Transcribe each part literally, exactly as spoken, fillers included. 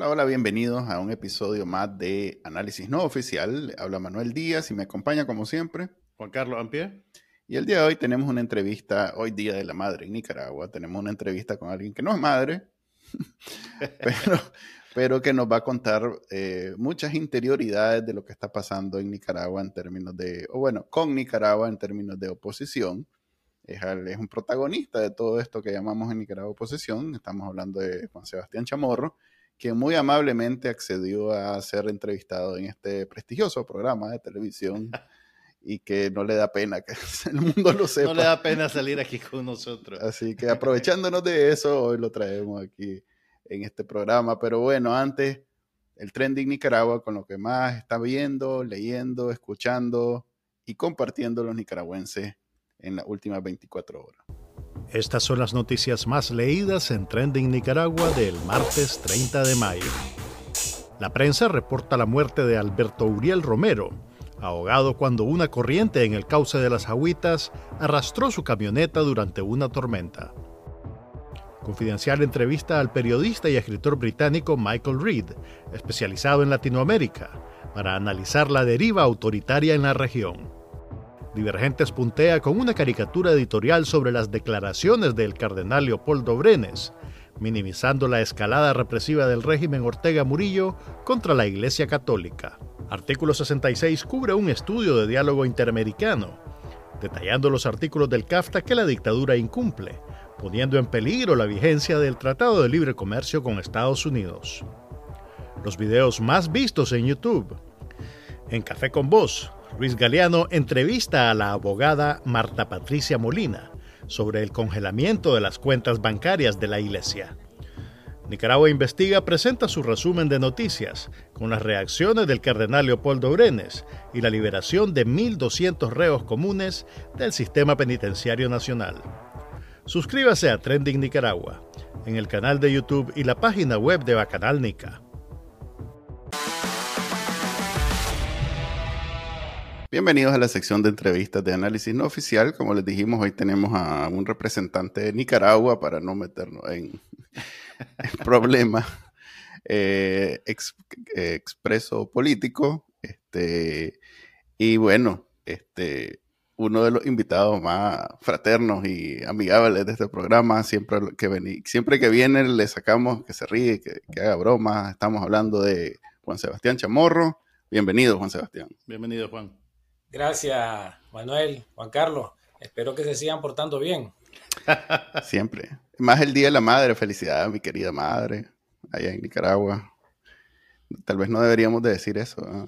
Hola, hola, bienvenidos a un episodio más de Análisis No Oficial. Le habla Manuel Díaz y me acompaña como siempre Juan Carlos Ampie. Y el día de hoy tenemos una entrevista, hoy Día de la Madre en Nicaragua, tenemos una entrevista con alguien que no es madre, pero, pero que nos va a contar eh, muchas interioridades de lo que está pasando en Nicaragua en términos de, o bueno, con Nicaragua en términos de oposición. Es, al- es un protagonista de todo esto que llamamos en Nicaragua oposición. Estamos hablando de Juan Sebastián Chamorro, que muy amablemente accedió a ser entrevistado en este prestigioso programa de televisión y que no le da pena que el mundo lo No le sepa. da pena salir aquí con nosotros. Así que aprovechándonos de eso, hoy lo traemos aquí en este programa. Pero bueno, antes, el trending Nicaragua con lo que más está viendo, leyendo, escuchando y compartiendo los nicaragüenses en las últimas veinticuatro horas. Estas son las noticias más leídas en Trending Nicaragua del martes treinta de mayo. La prensa reporta la muerte de Alberto Uriel Romero, ahogado cuando una corriente en el cauce de las Agüitas arrastró su camioneta durante una tormenta. Confidencial entrevista al periodista y escritor británico Michael Reed, especializado en Latinoamérica, para analizar la deriva autoritaria en la región. Divergentes puntea con una caricatura editorial sobre las declaraciones del cardenal Leopoldo Brenes, minimizando la escalada represiva del régimen Ortega Murillo contra la Iglesia Católica. Artículo sesenta y seis cubre un estudio de diálogo interamericano, detallando los artículos del CAFTA que la dictadura incumple, poniendo en peligro la vigencia del Tratado de Libre Comercio con Estados Unidos. Los videos más vistos en YouTube. En Café con Voz, Luis Galeano entrevista a la abogada Marta Patricia Molina sobre el congelamiento de las cuentas bancarias de la Iglesia. Nicaragua Investiga presenta su resumen de noticias con las reacciones del cardenal Leopoldo Brenes y la liberación de mil doscientos reos comunes del sistema penitenciario nacional. Suscríbase a Trending Nicaragua en el canal de YouTube y la página web de Bacanal Nica. Bienvenidos a la sección de entrevistas de Análisis No Oficial. Como les dijimos, hoy tenemos a un representante de Nicaragua para no meternos en, en problemas eh, ex, eh, expreso político. Este, y bueno, este, uno de los invitados más fraternos y amigables de este programa. Siempre que, vení, siempre que viene le sacamos que se ríe, que, que haga bromas. Estamos hablando de Juan Sebastián Chamorro. Bienvenido, Juan Sebastián. Bienvenido, Juan. Gracias, Manuel, Juan Carlos. Espero que se sigan portando bien. Siempre. Más el Día de la Madre. Felicidades, mi querida madre, allá en Nicaragua. Tal vez no deberíamos de decir eso, ¿no?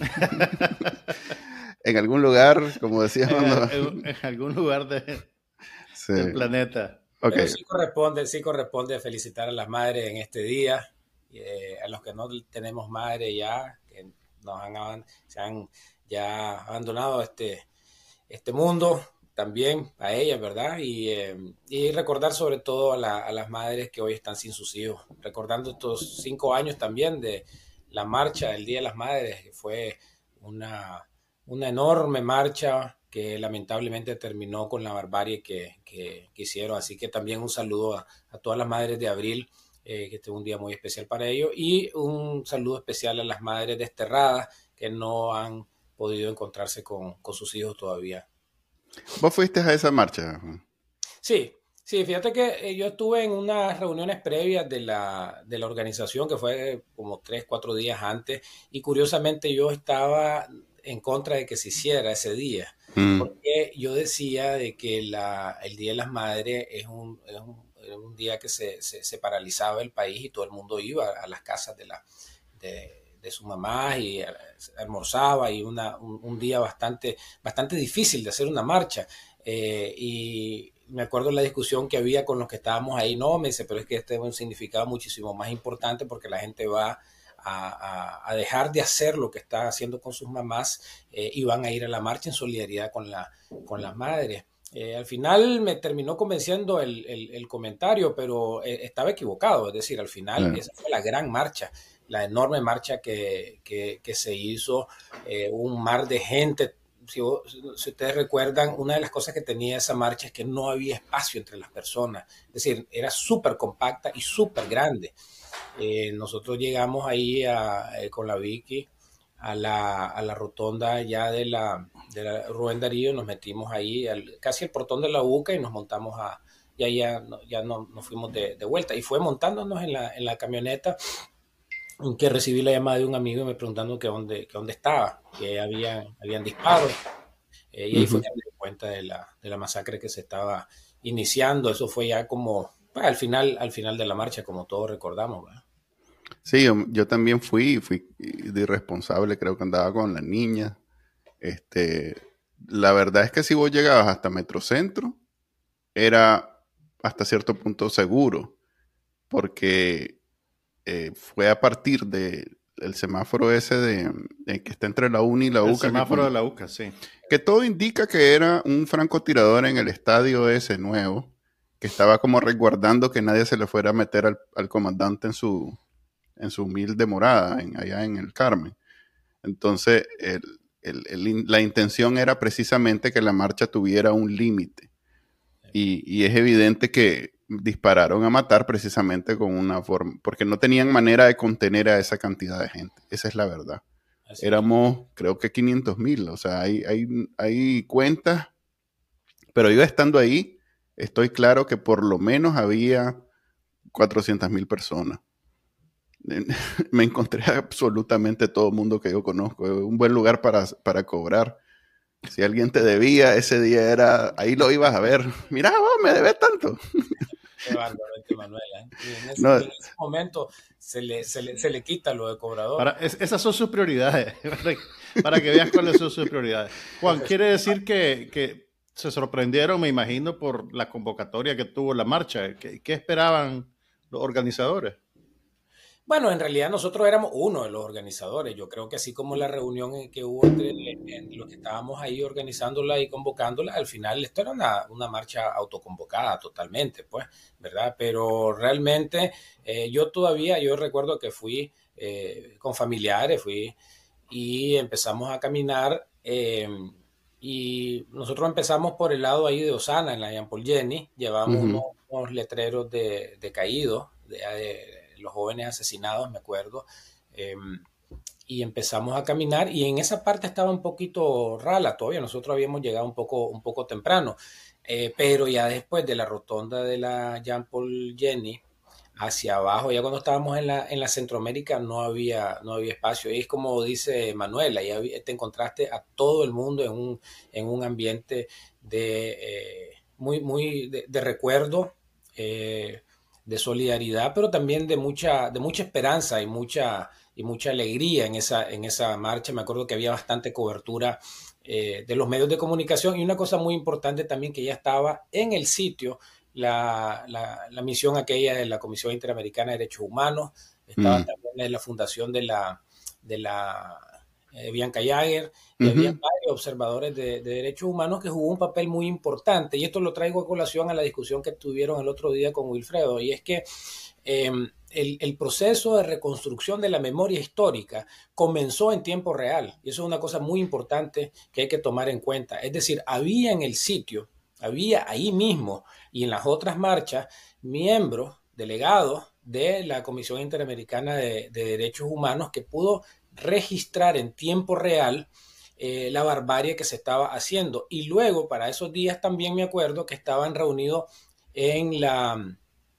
En algún lugar, como decíamos. En, en, en algún lugar de, sí. del planeta. Okay. Pero sí corresponde, sí corresponde felicitar a las madres en este día. Eh, a los que no tenemos madre ya, que nos han, se han ya abandonado este, este mundo, también a ellas, ¿verdad? Y, eh, y recordar sobre todo a, la, a las madres que hoy están sin sus hijos, recordando estos cinco años también de la marcha del Día de las Madres, que fue una, una enorme marcha que lamentablemente terminó con la barbarie que, que, que hicieron, así que también un saludo a, a todas las madres de abril, eh, que este es un día muy especial para ellos, y un saludo especial a las madres desterradas que no han podido encontrarse con, con sus hijos todavía. ¿Vos fuiste a esa marcha? Sí, sí, fíjate que eh, yo estuve en unas reuniones previas de la, de la organización que fue como tres, cuatro días antes, y curiosamente yo estaba en contra de que se hiciera ese día, mm. porque yo decía de que la, el Día de las Madres es un, es un, es un día que se, se, se paralizaba el país y todo el mundo iba a las casas de la... De, de su mamá y almorzaba, y una, un, un día bastante, bastante difícil de hacer una marcha. Eh, y me acuerdo la discusión que había con los que estábamos ahí. No, me dice, pero es que este es un significado muchísimo más importante porque la gente va a, a, a dejar de hacer lo que está haciendo con sus mamás eh, y van a ir a la marcha en solidaridad con, la, con las madres. Eh, al final me terminó convenciendo el, el, el comentario, pero eh, estaba equivocado. Es decir, al final mm. esa fue la gran marcha, la enorme marcha que, que, que se hizo, eh, un mar de gente. Si, si ustedes recuerdan, una de las cosas que tenía esa marcha es que no había espacio entre las personas, es decir, era súper compacta y súper grande. eh, nosotros llegamos ahí a, eh, con la Vicky a la, a la rotonda ya de la, de la Rubén Darío, nos metimos ahí al, casi el portón de la UCA y nos montamos a, y ahí ya, ya no, nos fuimos de, de vuelta. Y fue montándonos en la, en la camioneta que recibí la llamada de un amigo y me preguntando que dónde, que dónde estaba, que habían, habían disparos. Eh, y ahí uh-huh. fue que me di cuenta de la, de la masacre que se estaba iniciando. Eso fue ya como pues, al, final, al final de la marcha, como todos recordamos, ¿verdad? Sí, yo, yo también fui, fui de irresponsable, creo que andaba con la niña. Este, la verdad es que si vos llegabas hasta Metrocentro, era hasta cierto punto seguro, porque eh, fue a partir del de semáforo ese de, de que está entre la UNI y la UCA. El semáforo que, de la UCA, sí. Que todo indica que era un francotirador en el estadio ese nuevo, que estaba como resguardando que nadie se le fuera a meter al, al comandante en su... en su humilde morada, en, allá en el Carmen. Entonces, el, el, el, la intención era precisamente que la marcha tuviera un límite. Y, y es evidente que dispararon a matar precisamente con una forma, porque no tenían manera de contener a esa cantidad de gente. Esa es la verdad. Así Éramos, es. creo que quinientos mil, o sea, hay, hay, hay cuentas, pero yo estando ahí, estoy claro que por lo menos había cuatrocientas mil personas. Me encontré absolutamente todo el mundo que yo conozco. Un buen lugar para, para cobrar. Si alguien te debía, ese día era, ahí lo ibas a ver. Mirá, vos me debes tanto. Qué bárbaro, Manuela. ¿eh? Y en, ese, no. en ese momento se le, se, le, se le quita lo de cobrador. Para, es, esas son sus prioridades. Para que veas cuáles son sus prioridades. Juan, quiere decir que, que se sorprendieron, me imagino, por la convocatoria que tuvo la marcha. ¿Qué, qué esperaban los organizadores? Bueno, en realidad nosotros éramos uno de los organizadores. Yo creo que así como la reunión que hubo entre los que estábamos ahí organizándola y convocándola, al final esto era una, una marcha autoconvocada totalmente, pues, ¿verdad? Pero realmente eh, yo todavía, yo recuerdo que fui eh, con familiares, fui y empezamos a caminar eh, y nosotros empezamos por el lado ahí de Osana, en la Jean Paul Jenny, llevamos uh-huh. unos, unos letreros de, de caídos, de, de los jóvenes asesinados, me acuerdo, eh, y empezamos a caminar y en esa parte estaba un poquito rala todavía, nosotros habíamos llegado un poco, un poco temprano, eh, pero ya después de la rotonda de la Jean Paul Jenny hacia abajo, ya cuando estábamos en la, en la Centroamérica no había, no había espacio, y es como dice Manuela, ya te encontraste a todo el mundo en un, en un ambiente de, eh, muy, muy de, de recuerdo, eh, de solidaridad, pero también de mucha, de mucha esperanza y mucha, y mucha alegría en esa, en esa marcha. Me acuerdo que había bastante cobertura eh, de los medios de comunicación y una cosa muy importante también que ya estaba en el sitio, la, la, la misión aquella de la Comisión Interamericana de Derechos Humanos, estaba mm. también en la fundación de la, de la eh, Bianca Jagger, y uh-huh. había varios observadores de, de derechos humanos que jugó un papel muy importante, y esto lo traigo a colación a la discusión que tuvieron el otro día con Wilfredo, y es que eh, el, el proceso de reconstrucción de la memoria histórica comenzó en tiempo real, y eso es una cosa muy importante que hay que tomar en cuenta, es decir, había en el sitio, había ahí mismo, y en las otras marchas, miembros, delegados de la Comisión Interamericana de, de Derechos Humanos que pudo registrar en tiempo real eh, la barbarie que se estaba haciendo. Y luego, para esos días también me acuerdo que estaban reunidos en, la,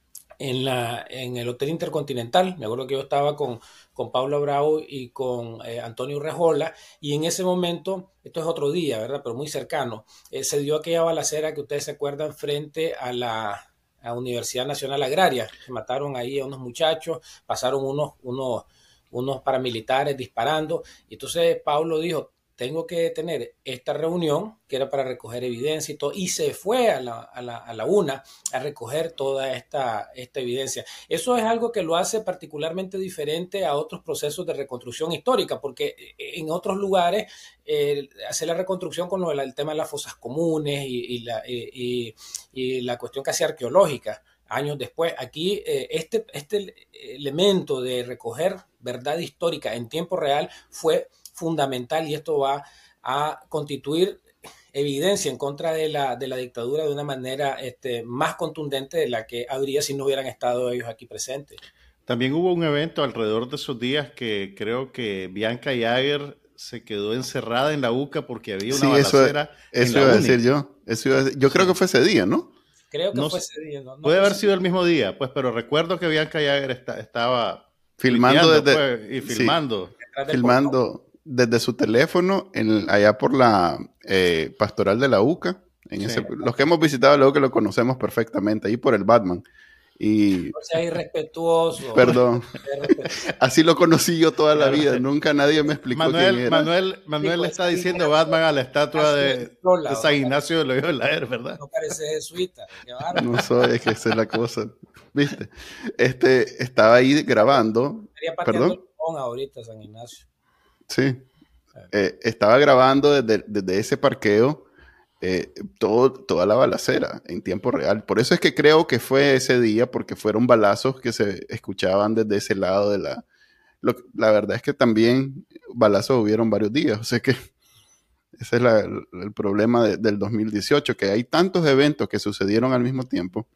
en, la, en el Hotel Intercontinental. Me acuerdo que yo estaba con, con Paula Bravo y con eh, Antonio Rejola, y en ese momento, esto es otro día, ¿verdad? Pero muy cercano, eh, se dio aquella balacera que ustedes se acuerdan frente a la a Universidad Nacional Agraria. Se mataron ahí a unos muchachos, pasaron unos, unos unos paramilitares disparando, y entonces Paulo dijo, tengo que tener esta reunión, que era para recoger evidencia y todo, y se fue a la, a la, a la UNA a recoger toda esta, esta evidencia. Eso es algo que lo hace particularmente diferente a otros procesos de reconstrucción histórica, porque en otros lugares eh, hacer la reconstrucción con lo del, el tema de las fosas comunes y, y, la, y, y la cuestión casi arqueológica, años después. Aquí eh, este, este elemento de recoger verdad histórica en tiempo real fue fundamental, y esto va a constituir evidencia en contra de la, de la dictadura de una manera este, más contundente de la que habría si no hubieran estado ellos aquí presentes. También hubo un evento alrededor de esos días que creo que Bianca Jagger se quedó encerrada en la U C A porque había una sí, balacera eso, eso en iba la a uni. decir yo. Eso iba a decir, yo sí. creo que fue ese día, ¿no? Creo que no, fue ese día. No, no puede haber sé. sido el mismo día, pues, pero recuerdo que Bianca Jagger está, estaba filmando desde pues, y filmando. Sí, filmando desde su teléfono en, allá por la eh, pastoral de la U C A. En sí. ese, los que hemos visitado luego que lo conocemos perfectamente, ahí por el Batman. Y, no seas irrespetuoso. Perdón. Así lo conocí yo toda la vida. Nunca nadie me explicó Manuel, quién era. Manuel, Manuel le está diciendo Batman a la estatua de, de San Ignacio de Loyola, ¿verdad? No parece jesuita. No soy, es que esa es la cosa. ¿Viste? Este, estaba ahí grabando. Perdón. Ahorita San Ignacio. Sí. Eh, estaba grabando desde, desde ese parqueo eh, todo, toda la balacera en tiempo real. Por eso es que creo que fue ese día, porque fueron balazos que se escuchaban desde ese lado de la... Lo, la verdad es que también balazos hubieron varios días, o sea que ese es la, el, el problema de, del dos mil dieciocho, que hay tantos eventos que sucedieron al mismo tiempo,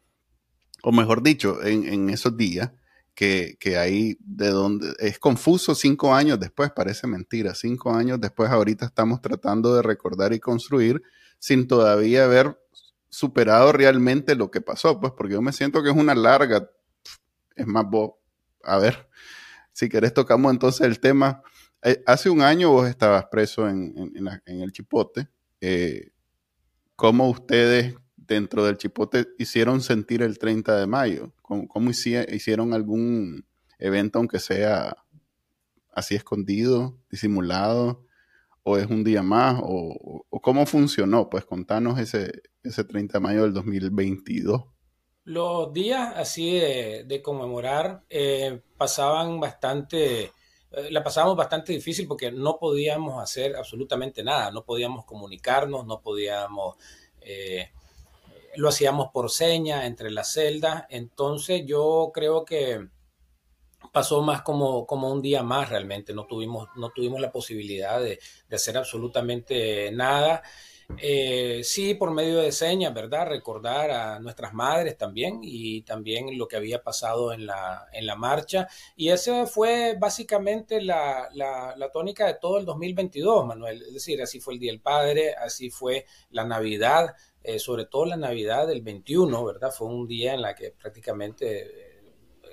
o mejor dicho, en, en esos días, que, que hay de donde es confuso cinco años después, parece mentira, cinco años después ahorita estamos tratando de recordar y construir sin todavía haber superado realmente lo que pasó, pues porque yo me siento que es una larga, es más, vos, a ver, si querés tocamos entonces el tema. Eh, hace un año vos estabas preso en, en, en, la, en el Chipote. Eh, ¿Cómo ustedes dentro del Chipote hicieron sentir el treinta de mayo? ¿Cómo, cómo hicieron algún evento, aunque sea así escondido, disimulado? ¿O es un día más? ¿O, o cómo funcionó? Pues contanos ese, ese treinta de mayo del dos mil veintidós. Los días así de, de conmemorar eh, pasaban bastante, eh, la pasábamos bastante difícil porque no podíamos hacer absolutamente nada, no podíamos comunicarnos, no podíamos, eh, lo hacíamos por seña entre las celdas, entonces yo creo que pasó más como, como un día más realmente, no tuvimos, no tuvimos la posibilidad de, de hacer absolutamente nada. Eh, sí, por medio de señas, ¿verdad? Recordar a nuestras madres también y también lo que había pasado en la, en la marcha. Y esa fue básicamente la, la, la tónica de todo el dos mil veintidós, Manuel. Es decir, así fue el Día del Padre, así fue la Navidad, eh, sobre todo la Navidad del veintiuno, ¿verdad? Fue un día en la que prácticamente... Eh,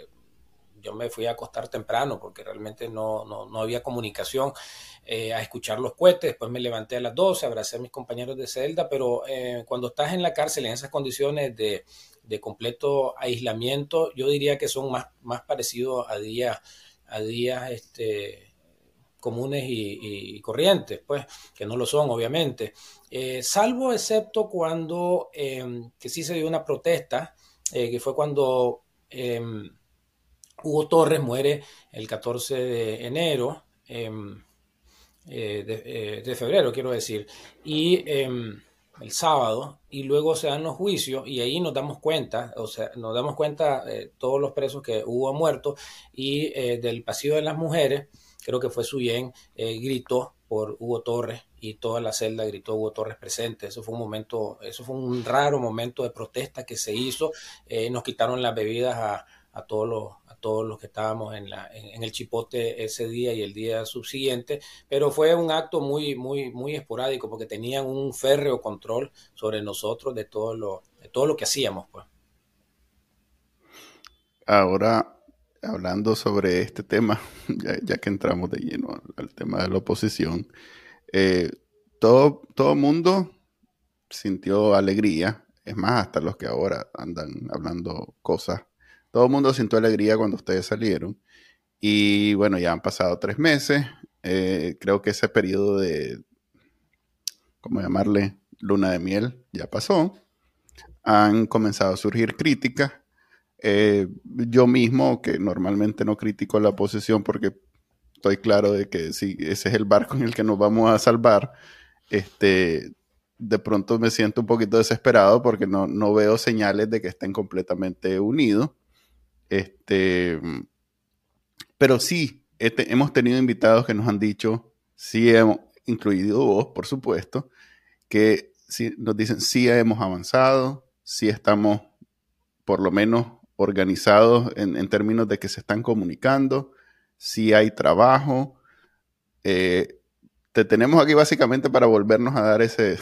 yo me fui a acostar temprano porque realmente no, no, no había comunicación, eh, a escuchar los cohetes. Después me levanté a las doce, abracé a mis compañeros de celda, pero eh, cuando estás en la cárcel en esas condiciones de, de completo aislamiento, yo diría que son más, más parecidos a días, a días este, comunes y, y corrientes, pues, que no lo son, obviamente. Eh, salvo excepto cuando, eh, que sí se dio una protesta, eh, que fue cuando... Eh, Hugo Torres muere el catorce de enero, eh, eh, de, eh, de febrero, quiero decir, y eh, el sábado, y luego se dan los juicios, y ahí nos damos cuenta, o sea, nos damos cuenta eh, todos los presos que hubo muertos, y eh, del pasillo de las mujeres, creo que fue Suyen, eh, gritó por Hugo Torres, y toda la celda gritó Hugo Torres presente. Eso fue un momento, eso fue un raro momento de protesta que se hizo. Eh, nos quitaron las bebidas a, a todos los todos los que estábamos en, la, en, en el Chipote ese día y el día subsiguiente, pero fue un acto muy, muy, muy esporádico porque tenían un férreo control sobre nosotros de todo lo, de todo lo que hacíamos, pues. Ahora, hablando sobre este tema, ya, ya que entramos de lleno al, al tema de la oposición, eh, todo, todo mundo sintió alegría, es más, hasta los que ahora andan hablando cosas. Todo el mundo sintió alegría cuando ustedes salieron. Y bueno, ya han pasado tres meses. Eh, creo que ese periodo de, ¿cómo llamarle? Luna de miel ya pasó. Han comenzado a surgir críticas. Eh, yo mismo, que normalmente no critico la oposición porque estoy claro de que si ese es el barco en el que nos vamos a salvar, este, de pronto me siento un poquito desesperado porque no, no veo señales de que estén completamente unidos. Este, pero sí, este, hemos tenido invitados que nos han dicho, sí hemos, incluido vos, por supuesto, que sí, nos dicen, sí hemos avanzado, sí estamos por lo menos organizados en, en términos de que se están comunicando, si hay trabajo. Eh, te tenemos aquí básicamente para volvernos a dar ese,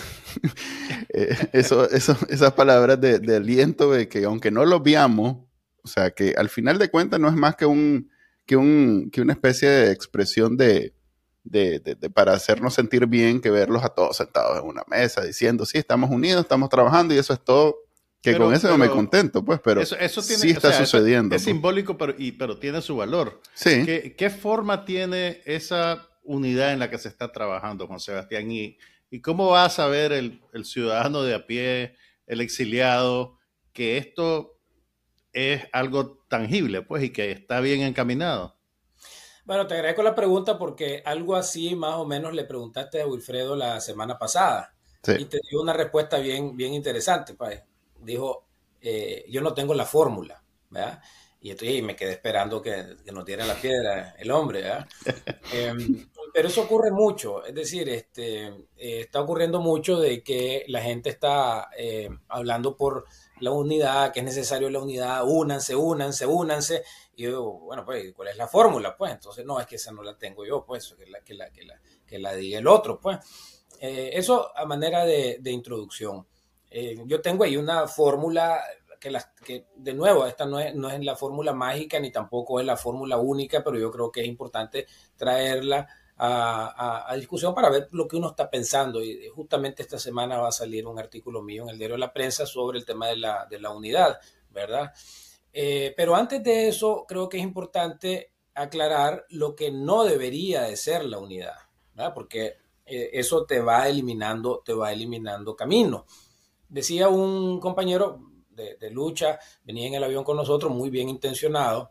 eh, eso, eso, esas palabras de, de aliento de que aunque no los veamos, o sea, que al final de cuentas no es más que, un, que, un, que una especie de expresión de, de, de, de para hacernos sentir bien, que verlos a todos sentados en una mesa diciendo, sí, estamos unidos, estamos trabajando y eso es todo. Que pero, con eso pero, no me contento, pues, pero eso, eso tiene, sí está o sea, sucediendo. Es pues. simbólico, pero, y, pero tiene su valor. Sí. ¿Qué, ¿Qué forma tiene esa unidad en la que se está trabajando, Juan Sebastián? ¿Y, y cómo va a saber el, el ciudadano de a pie, el exiliado, que esto es algo tangible, pues, y que está bien encaminado? Bueno, te agradezco la pregunta porque algo así más o menos le preguntaste a Wilfredo la semana pasada. Sí. Y te dio una respuesta bien, bien interesante, pues. Dijo, eh, yo no tengo la fórmula, ¿verdad? Y, estoy, y me quedé esperando que, que nos diera la piedra el hombre, ¿verdad? eh, pero eso ocurre mucho, es decir, este, eh, está ocurriendo mucho de que la gente está eh, hablando por la unidad, que es necesario la unidad, únanse, únanse, únanse. Y yo digo, bueno, pues, ¿cuál es la fórmula? Pues, entonces, no, es que esa no la tengo yo, pues, que la, que la, que la, que la diga el otro, pues. Eh, eso a manera de, de introducción. Eh, yo tengo ahí una fórmula que, las, que, de nuevo, esta no es, no es la fórmula mágica ni tampoco es la fórmula única, pero yo creo que es importante traerla a, a, a discusión para ver lo que uno está pensando. Y justamente esta semana va a salir un artículo mío en el diario de la prensa sobre el tema de la, de la unidad, ¿verdad? Eh, pero antes de eso, creo que es importante aclarar lo que no debería de ser la unidad, ¿verdad? Porque eh, eso te va eliminando, te va eliminando camino. Decía un compañero de, de lucha, venía en el avión con nosotros, muy bien intencionado,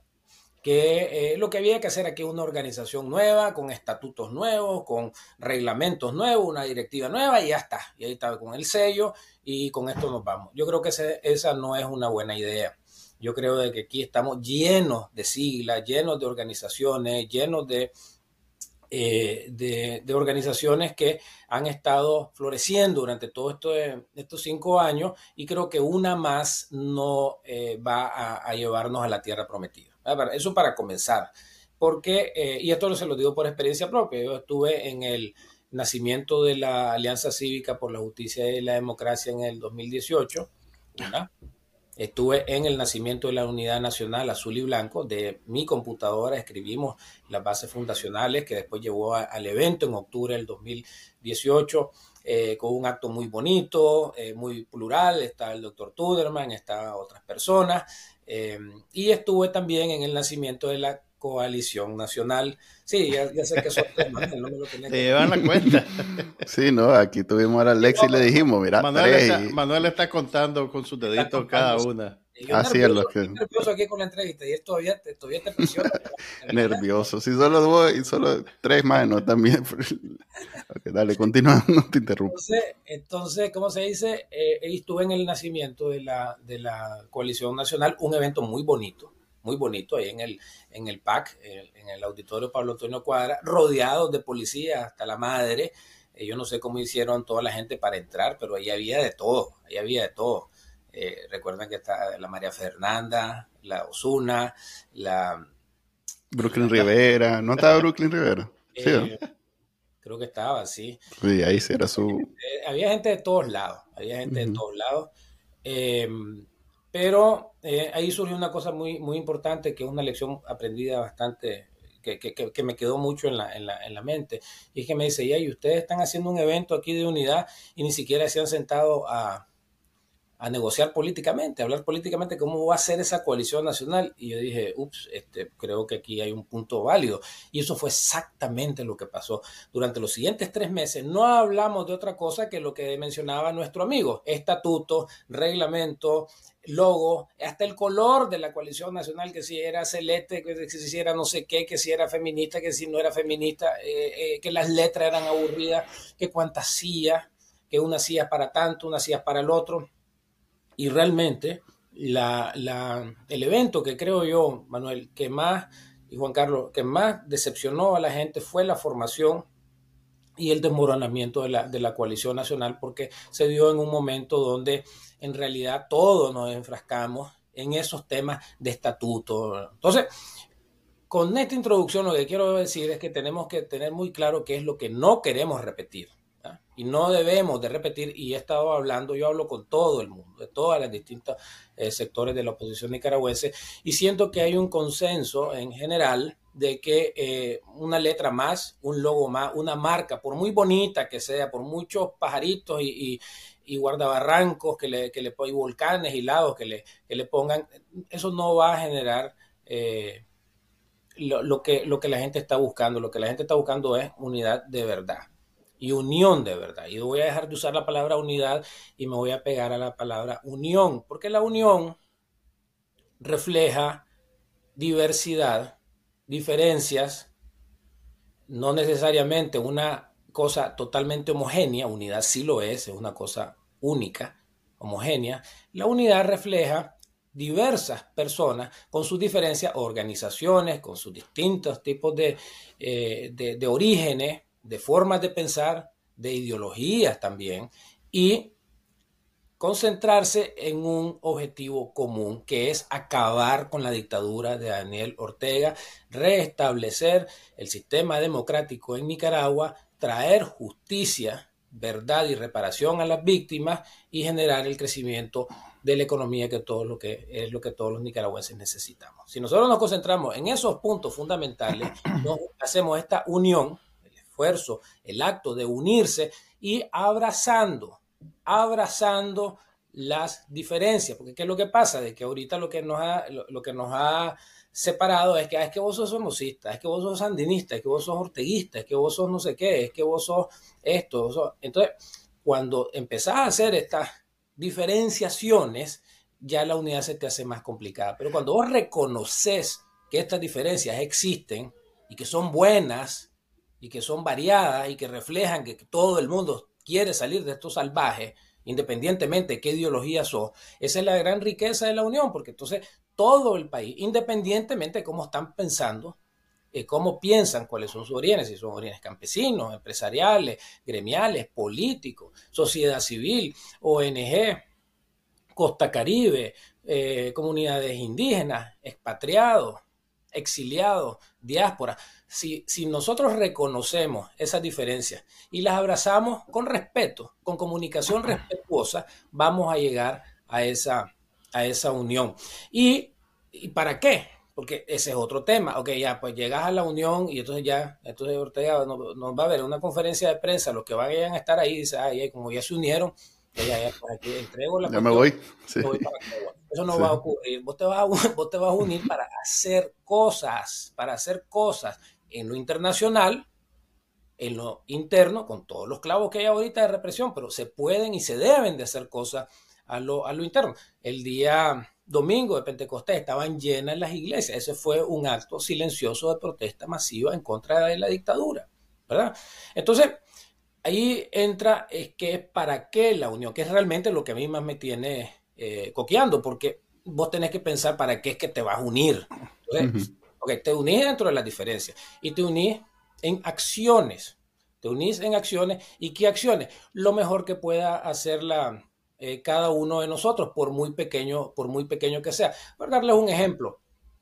que eh, lo que había que hacer aquí es una organización nueva, con estatutos nuevos, con reglamentos nuevos, una directiva nueva y ya está. Y ahí está con el sello y con esto nos vamos. Yo creo que ese, esa no es una buena idea. Yo creo de que aquí estamos llenos de siglas, llenos de organizaciones, llenos de... Eh, de, de organizaciones que han estado floreciendo durante todos esto estos cinco años y creo que una más no eh, va a, a llevarnos a la tierra prometida. Eso para comenzar, porque, eh, y esto se lo digo por experiencia propia, yo estuve en el nacimiento de la Alianza Cívica por la Justicia y la Democracia en el dos mil dieciocho, ¿verdad? Estuve en el nacimiento de la Unidad Nacional Azul y Blanco. De mi computadora escribimos las bases fundacionales que después llevó a, al evento en octubre del dos mil dieciocho, eh, con un acto muy bonito, eh, muy plural. Está el doctor Tuderman, está otras personas. Eh, y estuve también en el nacimiento de la Coalición Nacional. Sí, ya, ya sé que son temas, no me lo tenía que... Te llevan la cuenta. Sí, no, aquí tuvimos a Alexis y le dijimos, mira, Manuel, tres está, y... Manuel está contando con sus deditos cada una. Así es lo que... Estoy nervioso aquí con la entrevista y esto todavía te, todavía te presiona. Nervioso, si solo dos y solo tres manos también. Okay, dale, continúa, no te interrumpo. Entonces, entonces, ¿cómo se dice? Eh, estuve en el nacimiento de la, de la Coalición Nacional, un evento muy bonito. Muy bonito, ahí en el, en el P A C, en el auditorio Pablo Antonio Cuadra, rodeados de policías hasta la madre. Eh, yo no sé cómo hicieron toda la gente para entrar, pero ahí había de todo, ahí había de todo. Eh, recuerden que está la María Fernanda, la Osuna, la... Brooklyn la, Rivera, ¿no estaba Brooklyn Rivera? Sí, eh, ¿no? Creo que estaba, sí. Sí, ahí sí era su... Eh, había gente de todos lados, había gente uh-huh. de todos lados. Eh, Pero eh, ahí surgió una cosa muy, muy importante, que es una lección aprendida bastante, que, que, que me quedó mucho en la, en, la, en la mente. Y es que me dice, ya, y ustedes están haciendo un evento aquí de unidad y ni siquiera se han sentado a, a negociar políticamente, a hablar políticamente cómo va a ser esa coalición nacional. Y yo dije, ups, este, creo que aquí hay un punto válido. Y eso fue exactamente lo que pasó. Durante los siguientes tres meses no hablamos de otra cosa que lo que mencionaba nuestro amigo, estatuto, reglamento, logo, hasta el color de la coalición nacional, que si era celeste, que si era no sé qué, que si era feminista, que si no era feminista, eh, eh, que las letras eran aburridas, que cuántas sillas, que una silla para tanto, una silla para el otro. Y realmente la, la, el evento que creo yo, Manuel, que más, y Juan Carlos, que más decepcionó a la gente fue la formación y el desmoronamiento de la, de la coalición nacional, porque se dio en un momento donde en realidad todos nos enfrascamos en esos temas de estatuto. Entonces, con esta introducción lo que quiero decir es que tenemos que tener muy claro qué es lo que no queremos repetir, ¿ah? Y no debemos de repetir, y he estado hablando, yo hablo con todo el mundo, de todas las distintas eh, sectores de la oposición nicaragüense, y siento que hay un consenso en general de que eh, una letra más, un logo más, una marca, por muy bonita que sea, por muchos pajaritos y, y, y guardabarrancos que le, que le y volcanes y lagos que le, que le pongan, eso no va a generar eh, lo, lo, que, lo que la gente está buscando. Lo que la gente está buscando es unidad de verdad y unión de verdad. Y voy a dejar de usar la palabra unidad y me voy a pegar a la palabra unión, porque la unión refleja diversidad, diferencias, no necesariamente una cosa totalmente homogénea. Unidad sí lo es, es una cosa única, homogénea. La unidad refleja diversas personas con sus diferencias, organizaciones, con sus distintos tipos de, eh, de, de orígenes, de formas de pensar, de ideologías también, y concentrarse en un objetivo común, que es acabar con la dictadura de Daniel Ortega, restablecer el sistema democrático en Nicaragua, traer justicia, verdad y reparación a las víctimas y generar el crecimiento de la economía, que todo lo que es lo que todos los nicaragüenses necesitamos. Si nosotros nos concentramos en esos puntos fundamentales, nos hacemos esta unión, el esfuerzo, el acto de unirse y abrazando, abrazando las diferencias, porque ¿qué es lo que pasa? De que ahorita lo que nos ha, lo, lo que nos ha separado es que, es que vos sos somocista, es que vos sos sandinista, es que vos sos orteguista, es que vos sos no sé qué, es que vos sos esto. Vos sos... Entonces, cuando empezás a hacer estas diferenciaciones, ya la unidad se te hace más complicada. Pero cuando vos reconoces que estas diferencias existen y que son buenas y que son variadas y que reflejan que todo el mundo quiere salir de estos salvajes, independientemente de qué ideología sos, esa es la gran riqueza de la unión, porque entonces todo el país, independientemente de cómo están pensando, eh, cómo piensan, cuáles son sus orígenes, si son orígenes campesinos, empresariales, gremiales, políticos, sociedad civil, O N G, Costa Caribe, eh, comunidades indígenas, expatriados, exiliados, diáspora. Si, si nosotros reconocemos esas diferencias y las abrazamos con respeto, con comunicación respetuosa, vamos a llegar a esa, a esa unión. ¿Y, ¿Y para qué? Porque ese es otro tema. Ok, ya, pues llegas a la unión y entonces ya, entonces Ortega nos, nos va a ver en una conferencia de prensa, los que vayan a estar ahí, dicen, ay, como ya se unieron, ya, ya, pues aquí entrego la ya me voy. Sí. Me voy para Cuba. Eso no sí. va a ocurrir. Vos te vas a, vos te vas a unir para hacer cosas, para hacer cosas en lo internacional, en lo interno, con todos los clavos que hay ahorita de represión, pero se pueden y se deben de hacer cosas a lo, a lo interno. El día domingo de Pentecostés estaban llenas las iglesias. Ese fue un acto silencioso de protesta masiva en contra de la dictadura, ¿verdad? Entonces, ahí entra es que para qué la unión, que es realmente lo que a mí más me tiene eh, coqueando, porque vos tenés que pensar para qué es que te vas a unir. Entonces, uh-huh. okay, te unís dentro de las diferencias y te unís en acciones. Te unís en acciones. ¿Y qué acciones? Lo mejor que pueda hacer la, eh, cada uno de nosotros, por muy pequeño, por muy pequeño que sea. Para darles un ejemplo,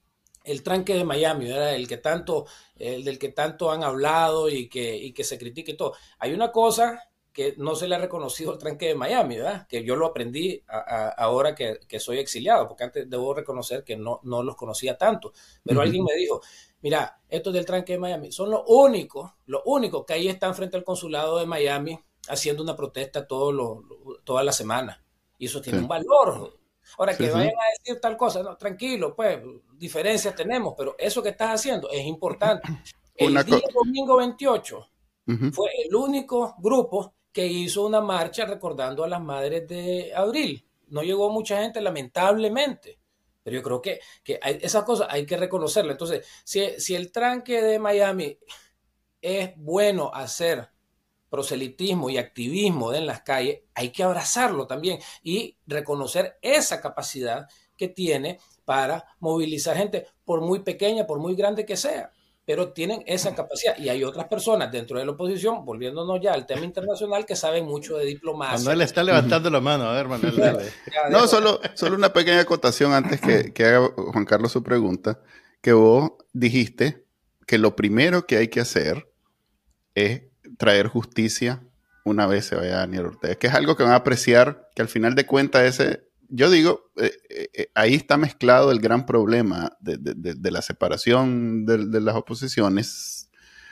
el tranque de Miami, ¿verdad? El que tanto, el del que tanto han hablado y que, y que se critica y todo. Hay una cosa que no se le ha reconocido al tranque de Miami, ¿verdad? Que yo lo aprendí a, a, ahora que, que soy exiliado, porque antes debo reconocer que no, no los conocía tanto. Pero uh-huh. alguien me dijo, mira, estos del tranque de Miami son los únicos, los únicos que ahí están frente al consulado de Miami haciendo una protesta todo lo, lo, toda la semana. Y eso tiene sí. un valor. Ahora, sí, que vayan sí. a decir tal cosa, no, tranquilo, pues, diferencias tenemos, pero eso que estás haciendo es importante. El una día co- domingo veintiocho uh-huh. fue el único grupo que hizo una marcha recordando a las madres de abril. No llegó mucha gente, lamentablemente, pero yo creo que, que hay, esas cosas hay que reconocerlas. Entonces, si, si el tranque de Miami es bueno hacer proselitismo y activismo en las calles, hay que abrazarlo también y reconocer esa capacidad que tiene para movilizar gente, por muy pequeña, por muy grande que sea. pero tienen esa capacidad. Y hay otras personas dentro de la oposición, volviéndonos ya al tema internacional, que saben mucho de diplomacia. Manuel está levantando la mano. A ver, Manuel, dale. No, solo, solo una pequeña acotación antes que, que haga Juan Carlos su pregunta, que vos dijiste que lo primero que hay que hacer es traer justicia una vez se vaya Daniel Ortega, que es algo que van a apreciar, que al final de cuentas ese, yo digo, eh, eh, ahí está mezclado el gran problema de, de, de, de la separación de, de las oposiciones,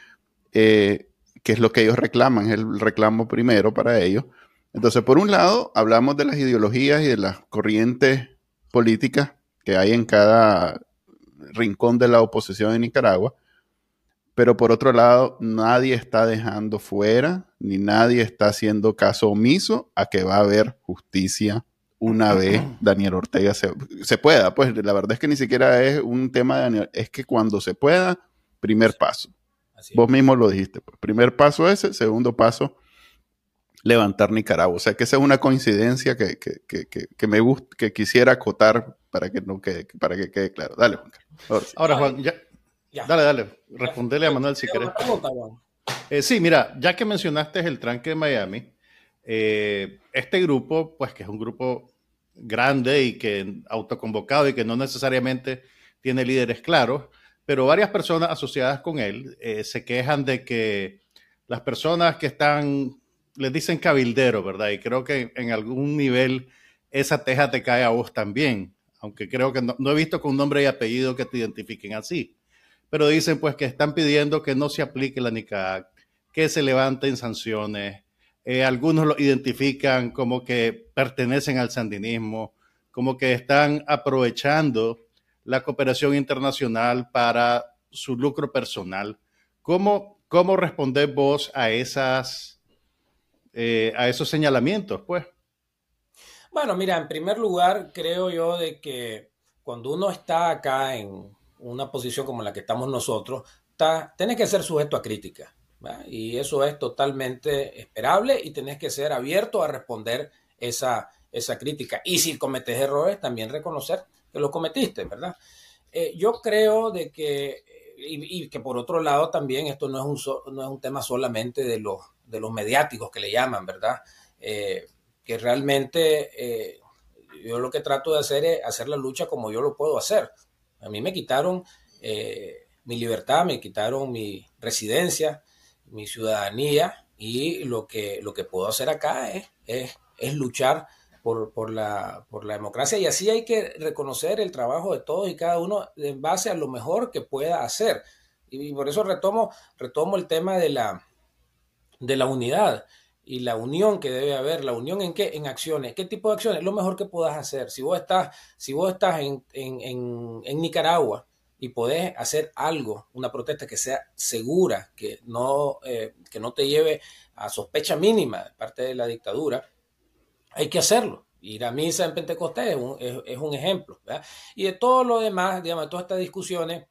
eh, que es lo que ellos reclaman, es el reclamo primero para ellos. Entonces, por un lado, hablamos de las ideologías y de las corrientes políticas que hay en cada rincón de la oposición en Nicaragua, pero por otro lado, nadie está dejando fuera, ni nadie está haciendo caso omiso a que va a haber justicia una vez Daniel Ortega se, se pueda. Pues la verdad es que ni siquiera es un tema de Daniel, es que cuando se pueda, primer paso. Así es. Vos mismo lo dijiste. Pues. Primer paso ese, segundo paso, levantar Nicaragua. O sea que esa es una coincidencia que, que, que, que, que me gusta, que quisiera acotar para que no quede, para que quede claro. Dale, Juan Carlos. Ahora, sí. Ahora Juan, ya. Ya. Dale, dale, respondele a Manuel si querés. Eh, sí, mira, ya que mencionaste el tranque de Miami, eh, este grupo, pues que es un grupo grande y que autoconvocado y que no necesariamente tiene líderes claros, pero varias personas asociadas con él eh, se quejan de que las personas que están, les dicen cabildero, ¿verdad? Y creo que en algún nivel esa teja te cae a vos también, aunque creo que no, no he visto con nombre y apellido que te identifiquen así. Pero dicen pues que están pidiendo que no se aplique la NICAC, que se levanten sanciones. Eh, algunos lo identifican como que pertenecen al sandinismo, como que están aprovechando la cooperación internacional para su lucro personal. ¿Cómo, cómo respondés vos a, esas, eh, a esos señalamientos, pues? Bueno, mira, en primer lugar, creo yo de que cuando uno está acá en una posición como la que estamos nosotros, está, tenés que ser sujeto a crítica, ¿verdad? Y eso es totalmente esperable y tenés que ser abierto a responder esa, esa crítica. Y si cometes errores, también reconocer que lo cometiste, ¿verdad? Eh, yo creo de que, y, y que por otro lado también esto no es un, so, no es un tema solamente de los, de los mediáticos que le llaman, ¿verdad? Eh, que realmente eh, yo lo que trato de hacer es hacer la lucha como yo lo puedo hacer. A mí me quitaron eh, mi libertad, me quitaron mi residencia, mi ciudadanía y lo que, lo que puedo hacer acá es, es, es luchar por, por, la, por la democracia y así hay que reconocer el trabajo de todos y cada uno en base a lo mejor que pueda hacer. Y, y por eso retomo, retomo el tema de la, de la unidad y la unión que debe haber. ¿La unión en qué? En acciones. ¿Qué tipo de acciones? Lo mejor que puedas hacer. Si vos estás, si vos estás en, en, en, en Nicaragua y podés hacer algo, una protesta que sea segura, que no, eh, que no te lleve a sospecha mínima de parte de la dictadura, hay que hacerlo. Ir a misa en Pentecostés es un, es, es un ejemplo, ¿verdad? Y de todo lo demás, digamos, de todas estas discusiones,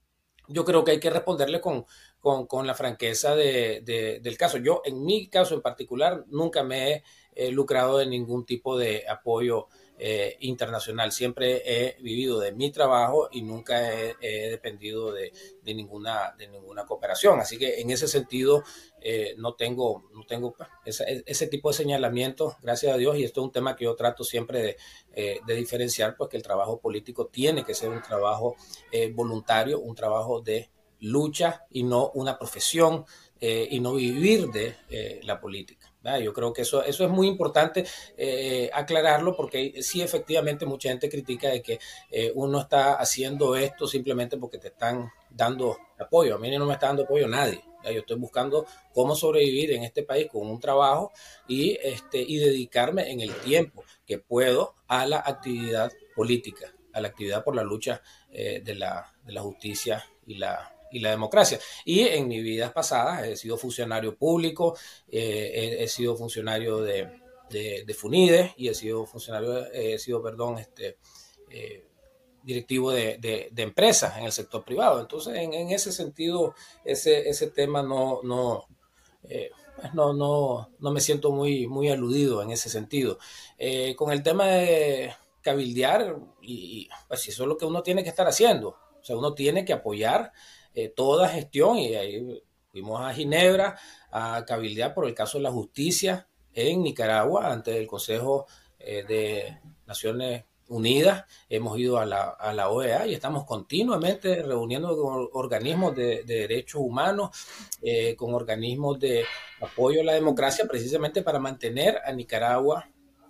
yo creo que hay que responderle con, con, con la franqueza de, de, del caso. Yo, en mi caso en particular, nunca me he eh, lucrado de ningún tipo de apoyo eh, internacional. Siempre he vivido de mi trabajo y nunca he, he dependido de, de, ninguna, de ninguna cooperación. Así que en ese sentido eh, no tengo, no tengo ese, ese tipo de señalamientos, gracias a Dios, y esto es un tema que yo trato siempre de, eh, de diferenciar, pues que el trabajo político tiene que ser un trabajo eh, voluntario, un trabajo de lucha y no una profesión eh, y no vivir de eh, la política. ¿Verdad? Yo creo que eso, eso es muy importante eh, aclararlo porque sí, efectivamente, mucha gente critica de que eh, uno está haciendo esto simplemente porque te están dando apoyo. A mí no me está dando apoyo nadie. ¿Verdad? Yo estoy buscando cómo sobrevivir en este país con un trabajo y, este, y dedicarme en el tiempo que puedo a la actividad política, a la actividad por la lucha eh, de, la, de la justicia y la y la democracia. Y en mis vidas pasadas he sido funcionario público, eh, he, he sido funcionario de, de, de FUNIDE y he sido funcionario, eh, he sido, perdón, este, eh, directivo de, de, de empresas en el sector privado. Entonces, en, en ese sentido, ese, ese tema no, no, eh, no, no, no me siento muy, muy aludido en ese sentido. Eh, con el tema de cabildear, y, pues eso es lo que uno tiene que estar haciendo. O sea, uno tiene que apoyar eh, toda gestión, y ahí fuimos a Ginebra a cabildear por el caso de la justicia en Nicaragua ante el Consejo eh, de Naciones Unidas. Hemos ido a la, a la O E A y estamos continuamente reuniendo con organismos de, de derechos humanos, eh, con organismos de apoyo a la democracia, precisamente para mantener a Nicaragua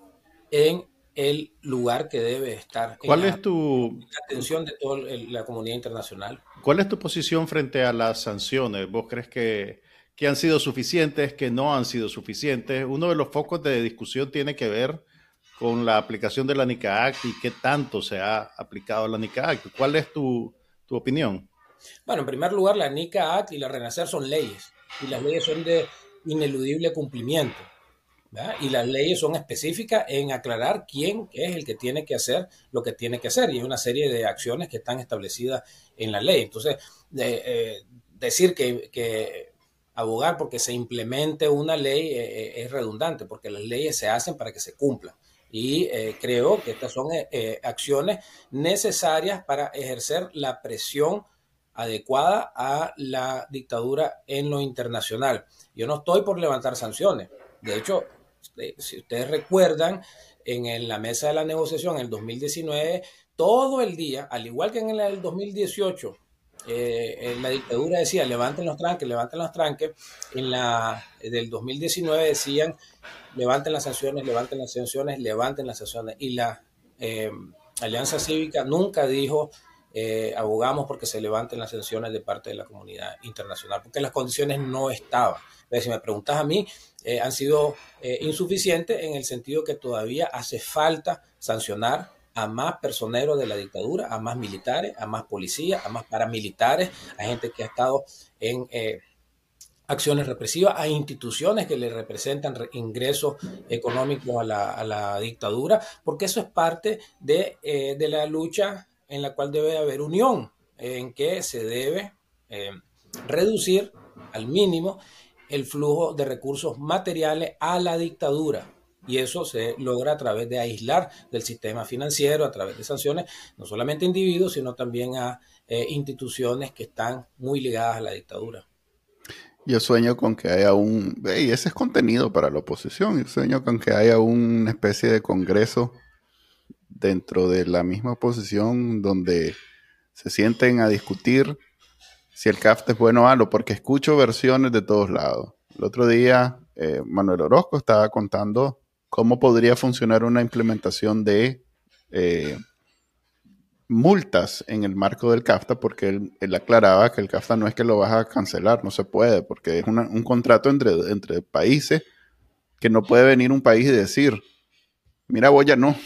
en el lugar que debe estar. ¿Cuál en es la, tu la atención de toda la comunidad internacional? ¿Cuál es tu posición frente a las sanciones? ¿Vos crees que, que han sido suficientes, que no han sido suficientes? Uno de los focos de discusión tiene que ver con la aplicación de la NICA Act y qué tanto se ha aplicado la NICA Act. ¿Cuál es tu, tu opinión? Bueno, en primer lugar, la NICA Act y la Renacer son leyes, y las leyes son de ineludible cumplimiento, ¿verdad? Y las leyes son específicas en aclarar quién es el que tiene que hacer lo que tiene que hacer, y hay una serie de acciones que están establecidas en la ley. Entonces, de, eh, decir que, que abogar porque se implemente una ley eh, es redundante, porque las leyes se hacen para que se cumplan. Y eh, creo que estas son eh, acciones necesarias para ejercer la presión adecuada a la dictadura en lo internacional. Yo no estoy por levantar sanciones. De hecho, si ustedes recuerdan, en la mesa de la negociación en el dos mil diecinueve, todo el día, al igual que en el dos mil dieciocho, eh, la dictadura decía, levanten los tranques, levanten los tranques. En la del dos mil diecinueve decían, levanten las sanciones, levanten las sanciones, levanten las sanciones. Y la eh, Alianza Cívica nunca dijo, eh, abogamos porque se levanten las sanciones de parte de la comunidad internacional, porque las condiciones no estaban. Pero si me preguntas a mí, eh, han sido eh, insuficientes en el sentido que todavía hace falta sancionar a más personeros de la dictadura, a más militares, a más policías, a más paramilitares, a gente que ha estado en eh, acciones represivas, a instituciones que le representan ingresos económicos a la, a la dictadura, porque eso es parte de, eh, de la lucha en la cual debe haber unión, en que se debe eh, reducir al mínimo el flujo de recursos materiales a la dictadura. Y eso se logra a través de aislar del sistema financiero, a través de sanciones, no solamente a individuos, sino también a eh, instituciones que están muy ligadas a la dictadura. Yo sueño con que haya un... Y ese es contenido para la oposición. Yo sueño con que haya una especie de congreso dentro de la misma oposición donde se sienten a discutir si el CAFTA es bueno o malo, porque escucho versiones de todos lados. El otro día eh, Manuel Orozco estaba contando cómo podría funcionar una implementación de eh, multas en el marco del CAFTA, porque él, él aclaraba que el CAFTA no es que lo vas a cancelar, no se puede, porque es una, un contrato entre, entre países que no puede venir un país y decir, mira, vos ya no.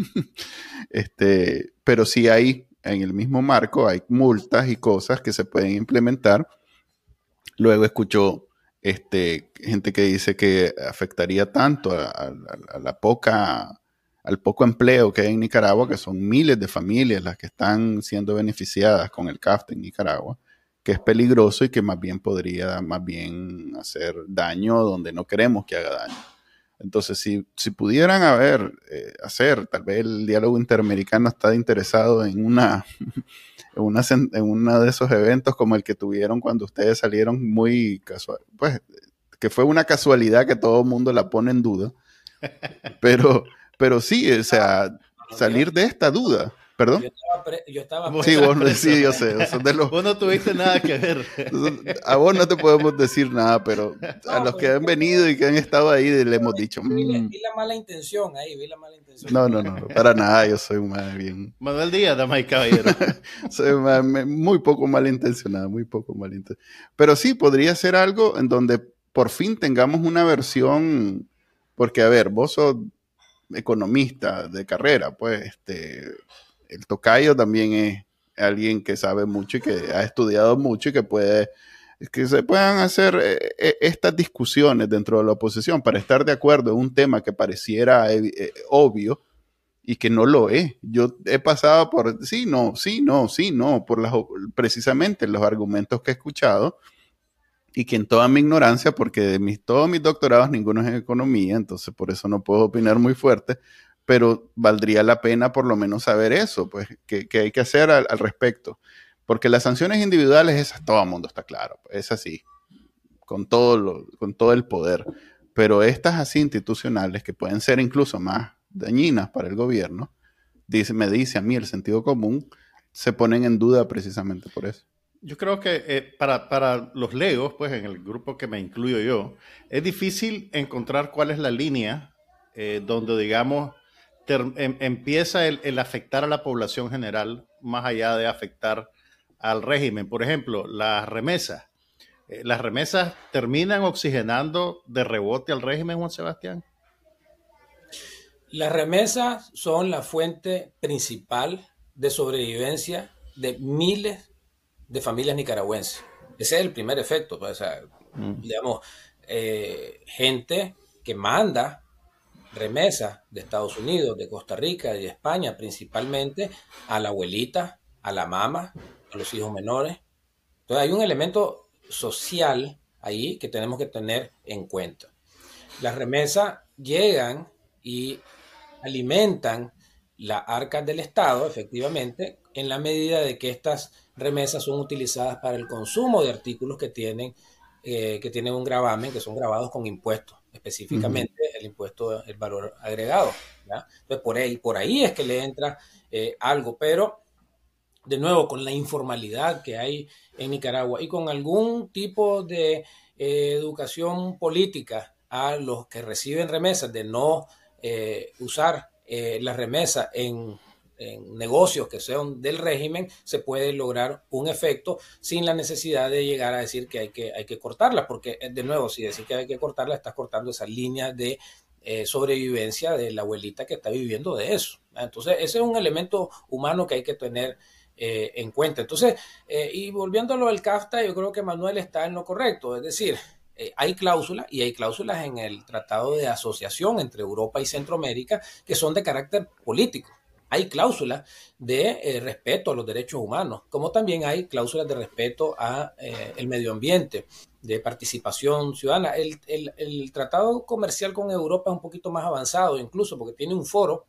este, pero sí hay, en el mismo marco, hay multas y cosas que se pueden implementar. Luego escuchó este, gente que dice que afectaría tanto a, a, a la poca, al poco empleo que hay en Nicaragua, que son miles de familias las que están siendo beneficiadas con el CAFTA en Nicaragua, que es peligroso y que más bien podría más bien hacer daño donde no queremos que haga daño. Entonces, si, si pudieran haber, eh, hacer, tal vez el diálogo interamericano está interesado en una, en una en uno de esos eventos como el que tuvieron cuando ustedes salieron muy casual, pues que fue una casualidad que todo el mundo la pone en duda, pero, pero sí, o sea, salir de esta duda. ¿Perdón? Yo estaba, pre, yo estaba sí, vos no, sí, yo sé. De los, vos no tuviste nada que ver. A vos no te podemos decir nada, pero no, a los que han venido y que han estado ahí le hemos dicho. Vi, mmm. vi la mala intención ahí, vi la mala intención. No, no, no, para nada. Yo soy más bien. Manuel Díaz, damas y caballeros. Soy más, muy poco malintencionado, muy poco malintencionado. Pero sí, podría ser algo en donde por fin tengamos una versión. Porque, a ver, vos sos economista de carrera, pues, este. El tocayo también es alguien que sabe mucho y que ha estudiado mucho y que puede, que se puedan hacer eh, estas discusiones dentro de la oposición para estar de acuerdo en un tema que pareciera eh, obvio y que no lo es. Yo he pasado por sí, no, sí, no, sí, no, por las, precisamente los argumentos que he escuchado y que en toda mi ignorancia, porque de mis, todos mis doctorados ninguno es en economía, entonces por eso no puedo opinar muy fuerte, pero valdría la pena por lo menos saber eso, pues, qué hay que hacer al, al respecto. Porque las sanciones individuales, esas todo el mundo está claro, es así, con todo, lo, con todo el poder. Pero estas así institucionales, que pueden ser incluso más dañinas para el gobierno, dice, me dice a mí el sentido común, se ponen en duda precisamente por eso. Yo creo que eh, para, para los legos, pues en el grupo que me incluyo yo, es difícil encontrar cuál es la línea eh, donde, digamos, ter, em, empieza el, el afectar a la población general más allá de afectar al régimen. Por ejemplo, las remesas. Eh, ¿Las remesas terminan oxigenando de rebote al régimen, Juan Sebastián? Las remesas son la fuente principal de sobrevivencia de miles de familias nicaragüenses. Ese es el primer efecto. Pues, o sea, mm. digamos, eh, gente que manda remesas de Estados Unidos, de Costa Rica y de España, principalmente a la abuelita, a la mamá, a los hijos menores. Entonces hay un elemento social ahí que tenemos que tener en cuenta. Las remesas llegan y alimentan las arcas del Estado, efectivamente, en la medida de que estas remesas son utilizadas para el consumo de artículos que tienen, eh, que tienen un gravamen, que son grabados con impuestos, específicamente uh-huh. el impuesto del valor agregado, ¿ya? Entonces, por ahí, por ahí es que le entra eh, algo, pero de nuevo, con la informalidad que hay en Nicaragua y con algún tipo de eh, educación política a los que reciben remesas de no eh, usar eh, las remesas en, en negocios que sean del régimen, se puede lograr un efecto sin la necesidad de llegar a decir que hay que, hay que cortarlas, porque de nuevo, si decir que hay que cortarlas, estás cortando esa línea de eh, sobrevivencia de la abuelita que está viviendo de eso. Entonces, ese es un elemento humano que hay que tener Eh, en cuenta. Entonces, eh, y volviéndolo al CAFTA, yo creo que Manuel está en lo correcto, es decir, eh, hay cláusulas y hay cláusulas en el Tratado de Asociación entre Europa y Centroamérica que son de carácter político. Hay cláusulas de eh, respeto a los derechos humanos, como también hay cláusulas de respeto a eh, el medio ambiente, de participación ciudadana. El, el, el Tratado Comercial con Europa es un poquito más avanzado, incluso porque tiene un foro,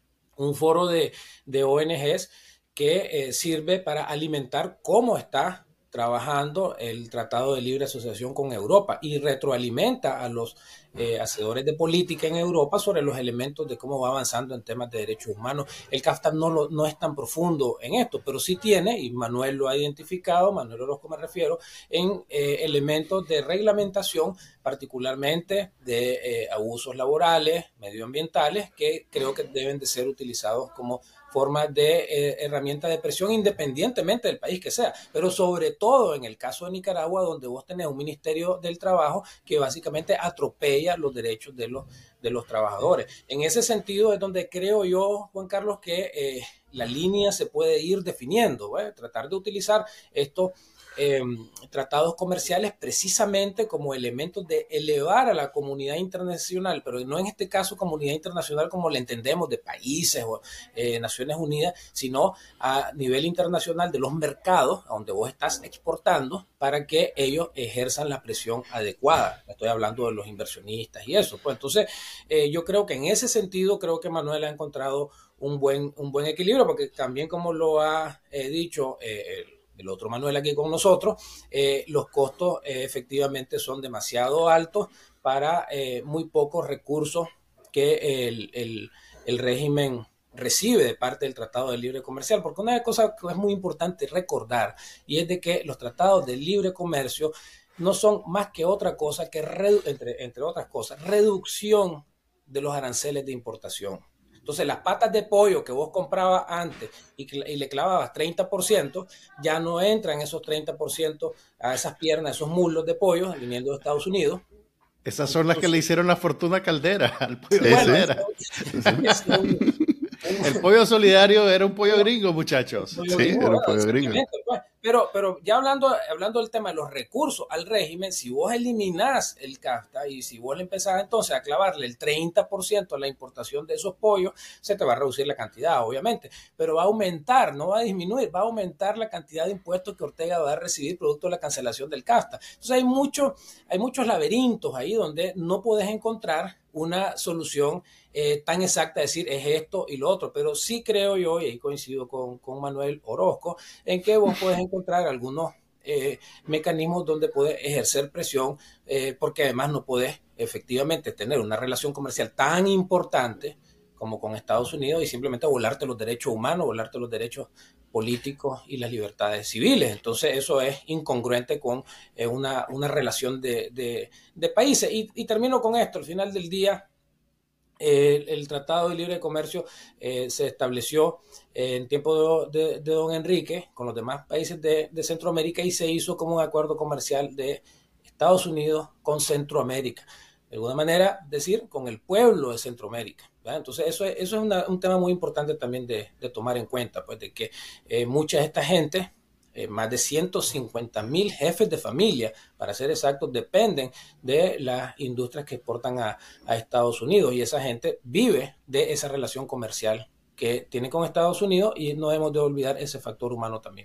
un foro de, de O N Ges que eh, sirve para alimentar cómo está trabajando el Tratado de Libre Asociación con Europa y retroalimenta a los eh, hacedores de política en Europa sobre los elementos de cómo va avanzando en temas de derechos humanos. El CAFTA no, lo, no es tan profundo en esto, pero sí tiene, y Manuel lo ha identificado, Manuel Orozco me refiero, en eh, elementos de reglamentación, particularmente de eh, abusos laborales, medioambientales, que creo que deben de ser utilizados como formas de eh, herramienta de presión independientemente del país que sea, pero sobre todo en el caso de Nicaragua, donde vos tenés un Ministerio del Trabajo que básicamente atropella los derechos de los, de los trabajadores. En ese sentido es donde creo yo, Juan Carlos, que eh, la línea se puede ir definiendo, ¿eh? Tratar de utilizar estos Eh, tratados comerciales precisamente como elementos de elevar a la comunidad internacional, pero no en este caso comunidad internacional como la entendemos de países o eh, Naciones Unidas, sino a nivel internacional de los mercados a donde vos estás exportando para que ellos ejerzan la presión adecuada. Estoy hablando de los inversionistas y eso. Pues entonces eh, yo creo que en ese sentido creo que Manuel ha encontrado un buen, un buen equilibrio, porque también como lo ha eh, dicho eh, el el otro Manuel aquí con nosotros, eh, los costos eh, efectivamente son demasiado altos para eh, muy pocos recursos que el, el, el régimen recibe de parte del Tratado de Libre Comercial, porque una cosa que es muy importante recordar, y es de que los tratados de libre comercio no son más que otra cosa que, redu- entre, entre otras cosas, reducción de los aranceles de importación. Entonces, las patas de pollo que vos comprabas antes y, y le clavabas treinta por ciento, ya no entran esos treinta por ciento a esas piernas, esos muslos de pollo viniendo de Estados Unidos. Esas son las que le hicieron la fortuna a Caldera, al pollo Sí, Caldera. Es un, un, El pollo solidario era un pollo gringo, muchachos. pollo Sí, gringo, era un ¿verdad? pollo gringo. Exactamente, pues. Pero, pero ya hablando, hablando del tema de los recursos al régimen, si vos eliminás el CAFTA y si vos le empezás entonces a clavarle el treinta por ciento a la importación de esos pollos, se te va a reducir la cantidad, obviamente, pero va a aumentar, no va a disminuir, va a aumentar la cantidad de impuestos que Ortega va a recibir producto de la cancelación del CAFTA. Entonces hay, mucho, hay muchos laberintos ahí donde no puedes encontrar una solución eh, tan exacta, decir es esto y lo otro, pero sí creo yo, y ahí coincido con, con Manuel Orozco, en que vos podés encontrar algunos eh, mecanismos donde podés ejercer presión, eh, porque además no podés efectivamente tener una relación comercial tan importante como con Estados Unidos y simplemente volarte los derechos humanos, volarte los derechos políticos y las libertades civiles. Entonces eso es incongruente con eh, una, una relación de, de, de países. Y, y termino con esto, al final del día, eh, el Tratado de Libre Comercio eh, se estableció eh, en tiempo de, de, de don Enrique con los demás países de, de Centroamérica y se hizo como un acuerdo comercial de Estados Unidos con Centroamérica. De alguna manera, decir, con el pueblo de Centroamérica. ¿verdad? Entonces, eso es, eso es una, un tema muy importante también de, de tomar en cuenta, pues de que eh, mucha de esta gente, eh, más de ciento cincuenta mil jefes de familia, para ser exactos, dependen de las industrias que exportan a, a Estados Unidos y esa gente vive de esa relación comercial que tiene con Estados Unidos y no debemos de olvidar ese factor humano también.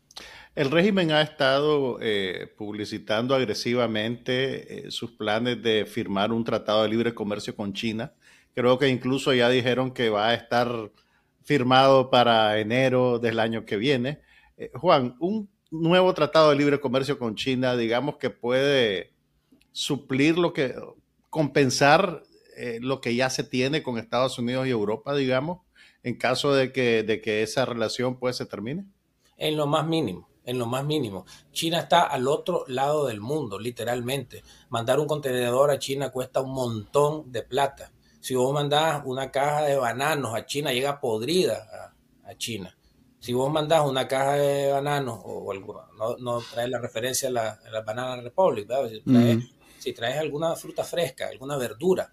El régimen ha estado eh, publicitando agresivamente eh, sus planes de firmar un tratado de libre comercio con China. Creo que incluso ya dijeron que va a estar firmado para enero del año que viene. Eh, Juan, un nuevo tratado de libre comercio con China, digamos que puede suplir lo que, compensar eh, lo que ya se tiene con Estados Unidos y Europa, digamos, en caso de que, de que esa relación pues se termine. En lo más mínimo. En lo más mínimo. China está al otro lado del mundo, literalmente. Mandar un contenedor a China cuesta un montón de plata. Si vos mandás una caja de bananos a China, llega podrida a, a China. Si vos mandás una caja de bananos, o, o algo, no, no traes la referencia a la, a la Banana Republic, ¿verdad? Si traes, mm. si traes alguna fruta fresca, alguna verdura,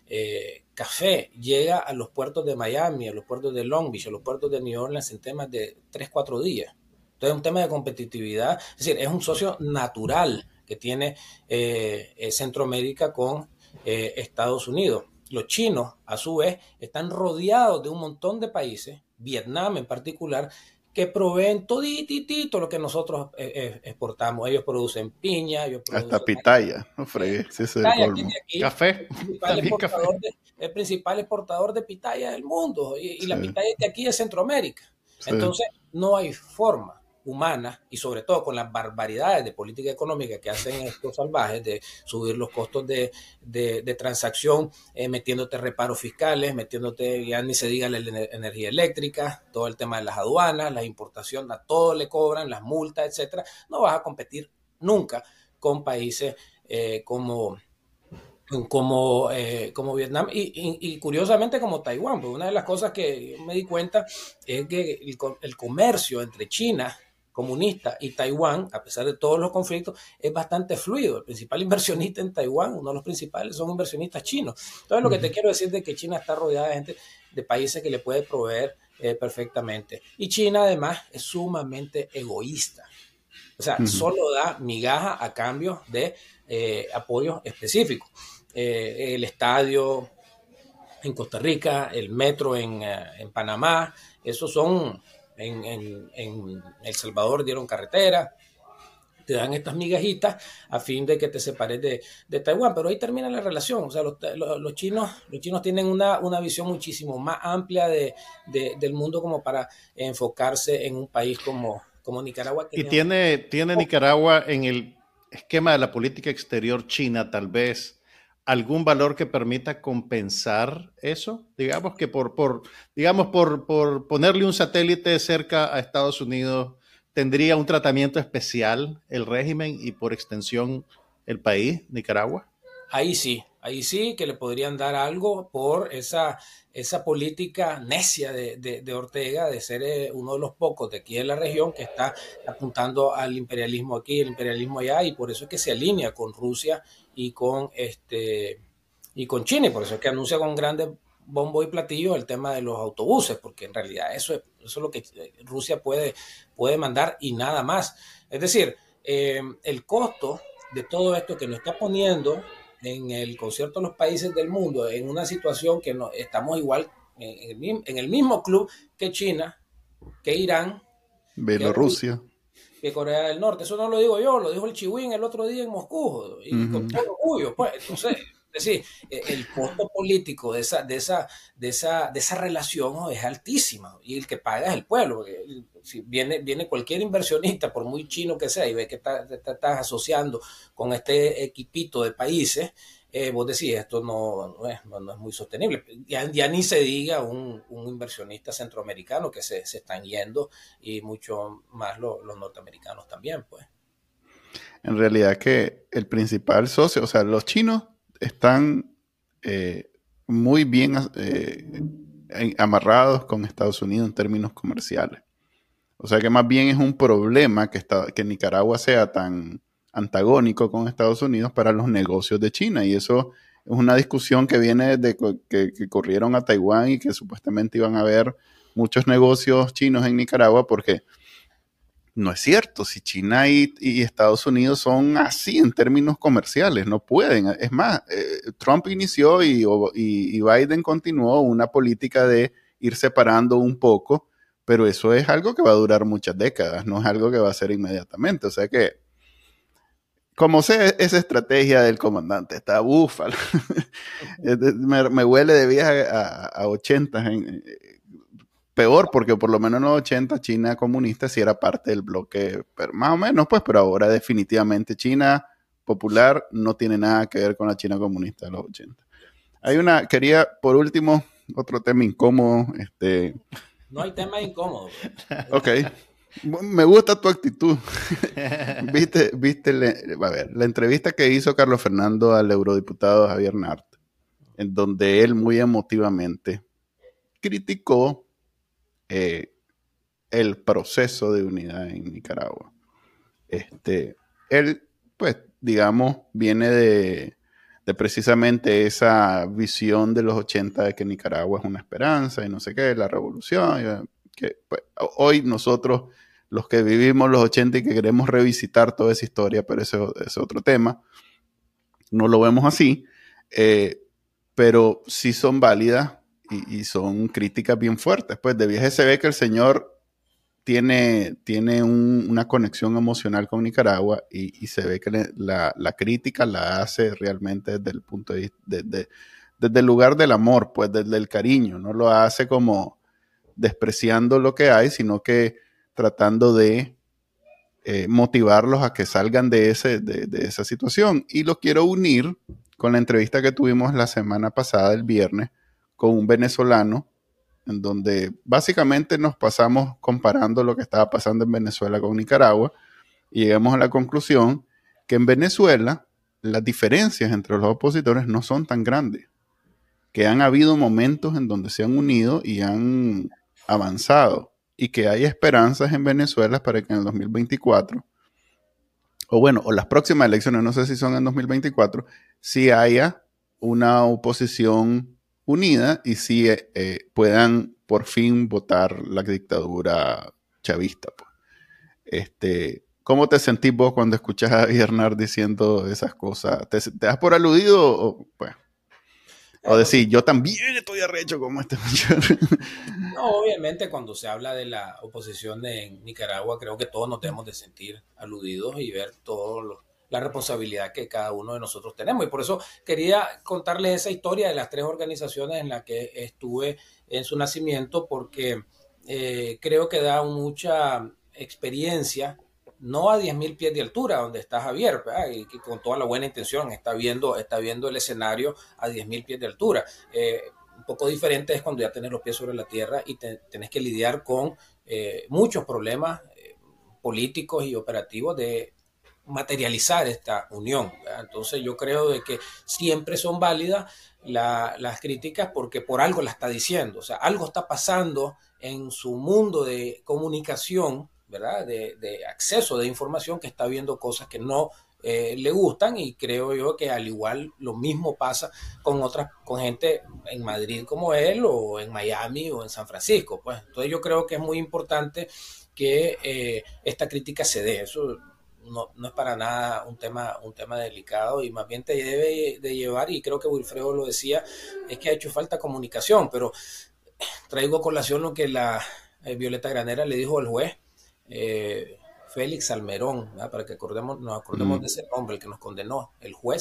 eh, café, llega a los puertos de Miami, a los puertos de Long Beach, a los puertos de New Orleans en temas de tres, cuatro días. Entonces es un tema de competitividad, es decir, es un socio natural que tiene eh, eh, Centroamérica con eh, Estados Unidos. Los chinos, a su vez, están rodeados de un montón de países, Vietnam en particular, que proveen todititito lo que nosotros eh, eh, exportamos. Ellos producen piña, ellos producen... Hasta pitaya, no fregué, sí, ese es el colmo. Aquí, café. El principal, exportador de, el principal exportador de pitaya del mundo, y, y sí. La pitaya de aquí es Centroamérica. Sí. Entonces, no hay forma humana y sobre todo con las barbaridades de política económica que hacen estos salvajes de subir los costos de, de, de transacción, eh, metiéndote reparos fiscales, metiéndote, ya ni se diga la energía eléctrica, todo el tema de las aduanas, la importación, a todo le cobran, las multas, etcétera. No vas a competir nunca con países eh, como como, eh, como Vietnam y, y, y curiosamente como Taiwán, porque una de las cosas que me di cuenta es que el, el comercio entre China comunista y Taiwán, a pesar de todos los conflictos, es bastante fluido. El principal inversionista en Taiwán, uno de los principales, son inversionistas chinos. Entonces, lo que te quiero decir es de que China está rodeada de gente, de países que le puede proveer eh, perfectamente. Y China, además, es sumamente egoísta. O sea, uh-huh. solo da migaja a cambio de eh, apoyos específicos. Eh, el estadio en Costa Rica, el metro en, uh, en Panamá, esos son... En, en, en El Salvador dieron carretera, te dan estas migajitas a fin de que te separes de, de Taiwán, pero ahí termina la relación. O sea, los, los, los, chinos, los chinos tienen una, una visión muchísimo más amplia de, de, del mundo como para enfocarse en un país como, como Nicaragua. Y tiene, tiene Nicaragua en el esquema de la política exterior china, tal vez, algún valor que permita compensar eso, digamos que por, por digamos por, por ponerle un satélite cerca a Estados Unidos tendría un tratamiento especial el régimen y por extensión el país, Nicaragua. Ahí sí, ahí sí que le podrían dar algo por esa, esa política necia de, de, de Ortega de ser eh, uno de los pocos de aquí en la región que está apuntando al imperialismo aquí, el imperialismo allá, y por eso es que se alinea con Rusia y con este y con China, y por eso es que anuncia con grandes bombo y platillo el tema de los autobuses, porque en realidad eso es, eso es lo que Rusia puede, puede mandar y nada más. Es decir, eh, el costo de todo esto que nos está poniendo en el concierto de los países del mundo, en una situación que no, estamos igual en el, en el mismo club que China, que Irán, Bielorrusia, que, que Corea del Norte. Eso no lo digo yo, lo dijo el Chihuín el otro día en Moscú, y uh-huh. con todo orgullo, pues. Entonces, Es decir, el costo político de esa, de esa, de esa, de esa relación, ¿no?, es altísima, y el que paga es el pueblo. Porque si viene, viene cualquier inversionista, por muy chino que sea, y ve que estás está, está asociando con este equipito de países, eh, vos decís, esto no, no, es, no, no es muy sostenible. Ya, ya ni se diga un, un inversionista centroamericano que se, se están yendo, y mucho más lo, los norteamericanos también, pues. En realidad que el principal socio, o sea, los chinos están eh, muy bien eh, amarrados con Estados Unidos en términos comerciales. O sea que más bien es un problema que, está, que Nicaragua sea tan antagónico con Estados Unidos para los negocios de China. Y eso es una discusión que viene de que, que corrieron a Taiwán y que supuestamente iban a haber muchos negocios chinos en Nicaragua, porque no es cierto. Si China y, y Estados Unidos son así en términos comerciales, no pueden. Es más, eh, Trump inició y, y, y Biden continuó una política de ir separando un poco, pero eso es algo que va a durar muchas décadas, no es algo que va a ser inmediatamente. O sea que, como sé, esa estrategia del comandante está búfala. me, me huele de viaje a, a ochenta. En, peor, porque por lo menos en los ochenta China comunista sí era parte del bloque, pero más o menos, pues, pero ahora definitivamente China popular no tiene nada que ver con la China comunista de los ochenta. Hay una, quería, por último, otro tema incómodo, este... No hay tema incómodo. Ok. Me gusta tu actitud. viste, viste le, a ver, la entrevista que hizo Carlos Fernando al eurodiputado Javier Nart, en donde él muy emotivamente criticó eh, el proceso de unidad en Nicaragua. Este, él, pues, digamos, viene de, de precisamente esa visión de los ochenta de que Nicaragua es una esperanza y no sé qué, la revolución, que pues, hoy nosotros, los que vivimos los ochenta y que queremos revisitar toda esa historia, pero ese es otro tema, no lo vemos así, eh, pero sí son válidas y, y son críticas bien fuertes. Pues de viaje se ve que el señor tiene, tiene un, una conexión emocional con Nicaragua y, y se ve que le, la, la crítica la hace realmente desde el punto de vista, de, de, desde el lugar del amor, pues desde el cariño, no lo hace como despreciando lo que hay, sino que tratando de eh, motivarlos a que salgan de, ese, de, de esa situación. Y lo quiero unir con la entrevista que tuvimos la semana pasada, el viernes, con un venezolano, en donde básicamente nos pasamos comparando lo que estaba pasando en Venezuela con Nicaragua y llegamos a la conclusión que en Venezuela las diferencias entre los opositores no son tan grandes, que han habido momentos en donde se han unido y han avanzado y que hay esperanzas en Venezuela para que en el dos mil veinticuatro, o bueno, o las próximas elecciones, no sé si son en dos mil veinticuatro, sí haya una oposición unida y sí eh, puedan por fin votar la dictadura chavista. Pues. Este, ¿cómo te sentís vos cuando escuchás a Bernard diciendo esas cosas? ¿Te, te das por aludido o, pues, o decir, yo también estoy arrecho como este muchacho? No, obviamente cuando se habla de la oposición en Nicaragua, creo que todos nos debemos de sentir aludidos y ver todo lo, la responsabilidad que cada uno de nosotros tenemos. Y por eso quería contarles esa historia de las tres organizaciones en las que estuve en su nacimiento, porque eh, creo que da mucha experiencia, no a diez mil pies de altura, donde está Javier, ¿verdad? Y que con toda la buena intención está viendo, está viendo el escenario a diez mil pies de altura. Eh, un poco diferente es cuando ya tenés los pies sobre la tierra y te, tenés que lidiar con eh, muchos problemas eh, políticos y operativos de materializar esta unión, ¿verdad? Entonces yo creo de que siempre son válidas la, las críticas porque por algo la está diciendo, o sea, algo está pasando en su mundo de comunicación, ¿verdad? De, de acceso de información, que está viendo cosas que no eh, le gustan, y creo yo que al igual lo mismo pasa con otras, con gente en Madrid como él, o en Miami o en San Francisco, pues. Entonces yo creo que es muy importante que eh, esta crítica se dé. Eso no, no es para nada un tema, un tema delicado, y más bien te debe de llevar, y creo que Wilfredo lo decía, es que ha hecho falta comunicación. Pero traigo a colación lo que la eh, Violeta Granera le dijo al juez eh, Félix Salmerón, ¿verdad? Para que acordemos, nos acordemos mm. de ese nombre, el que nos condenó, el juez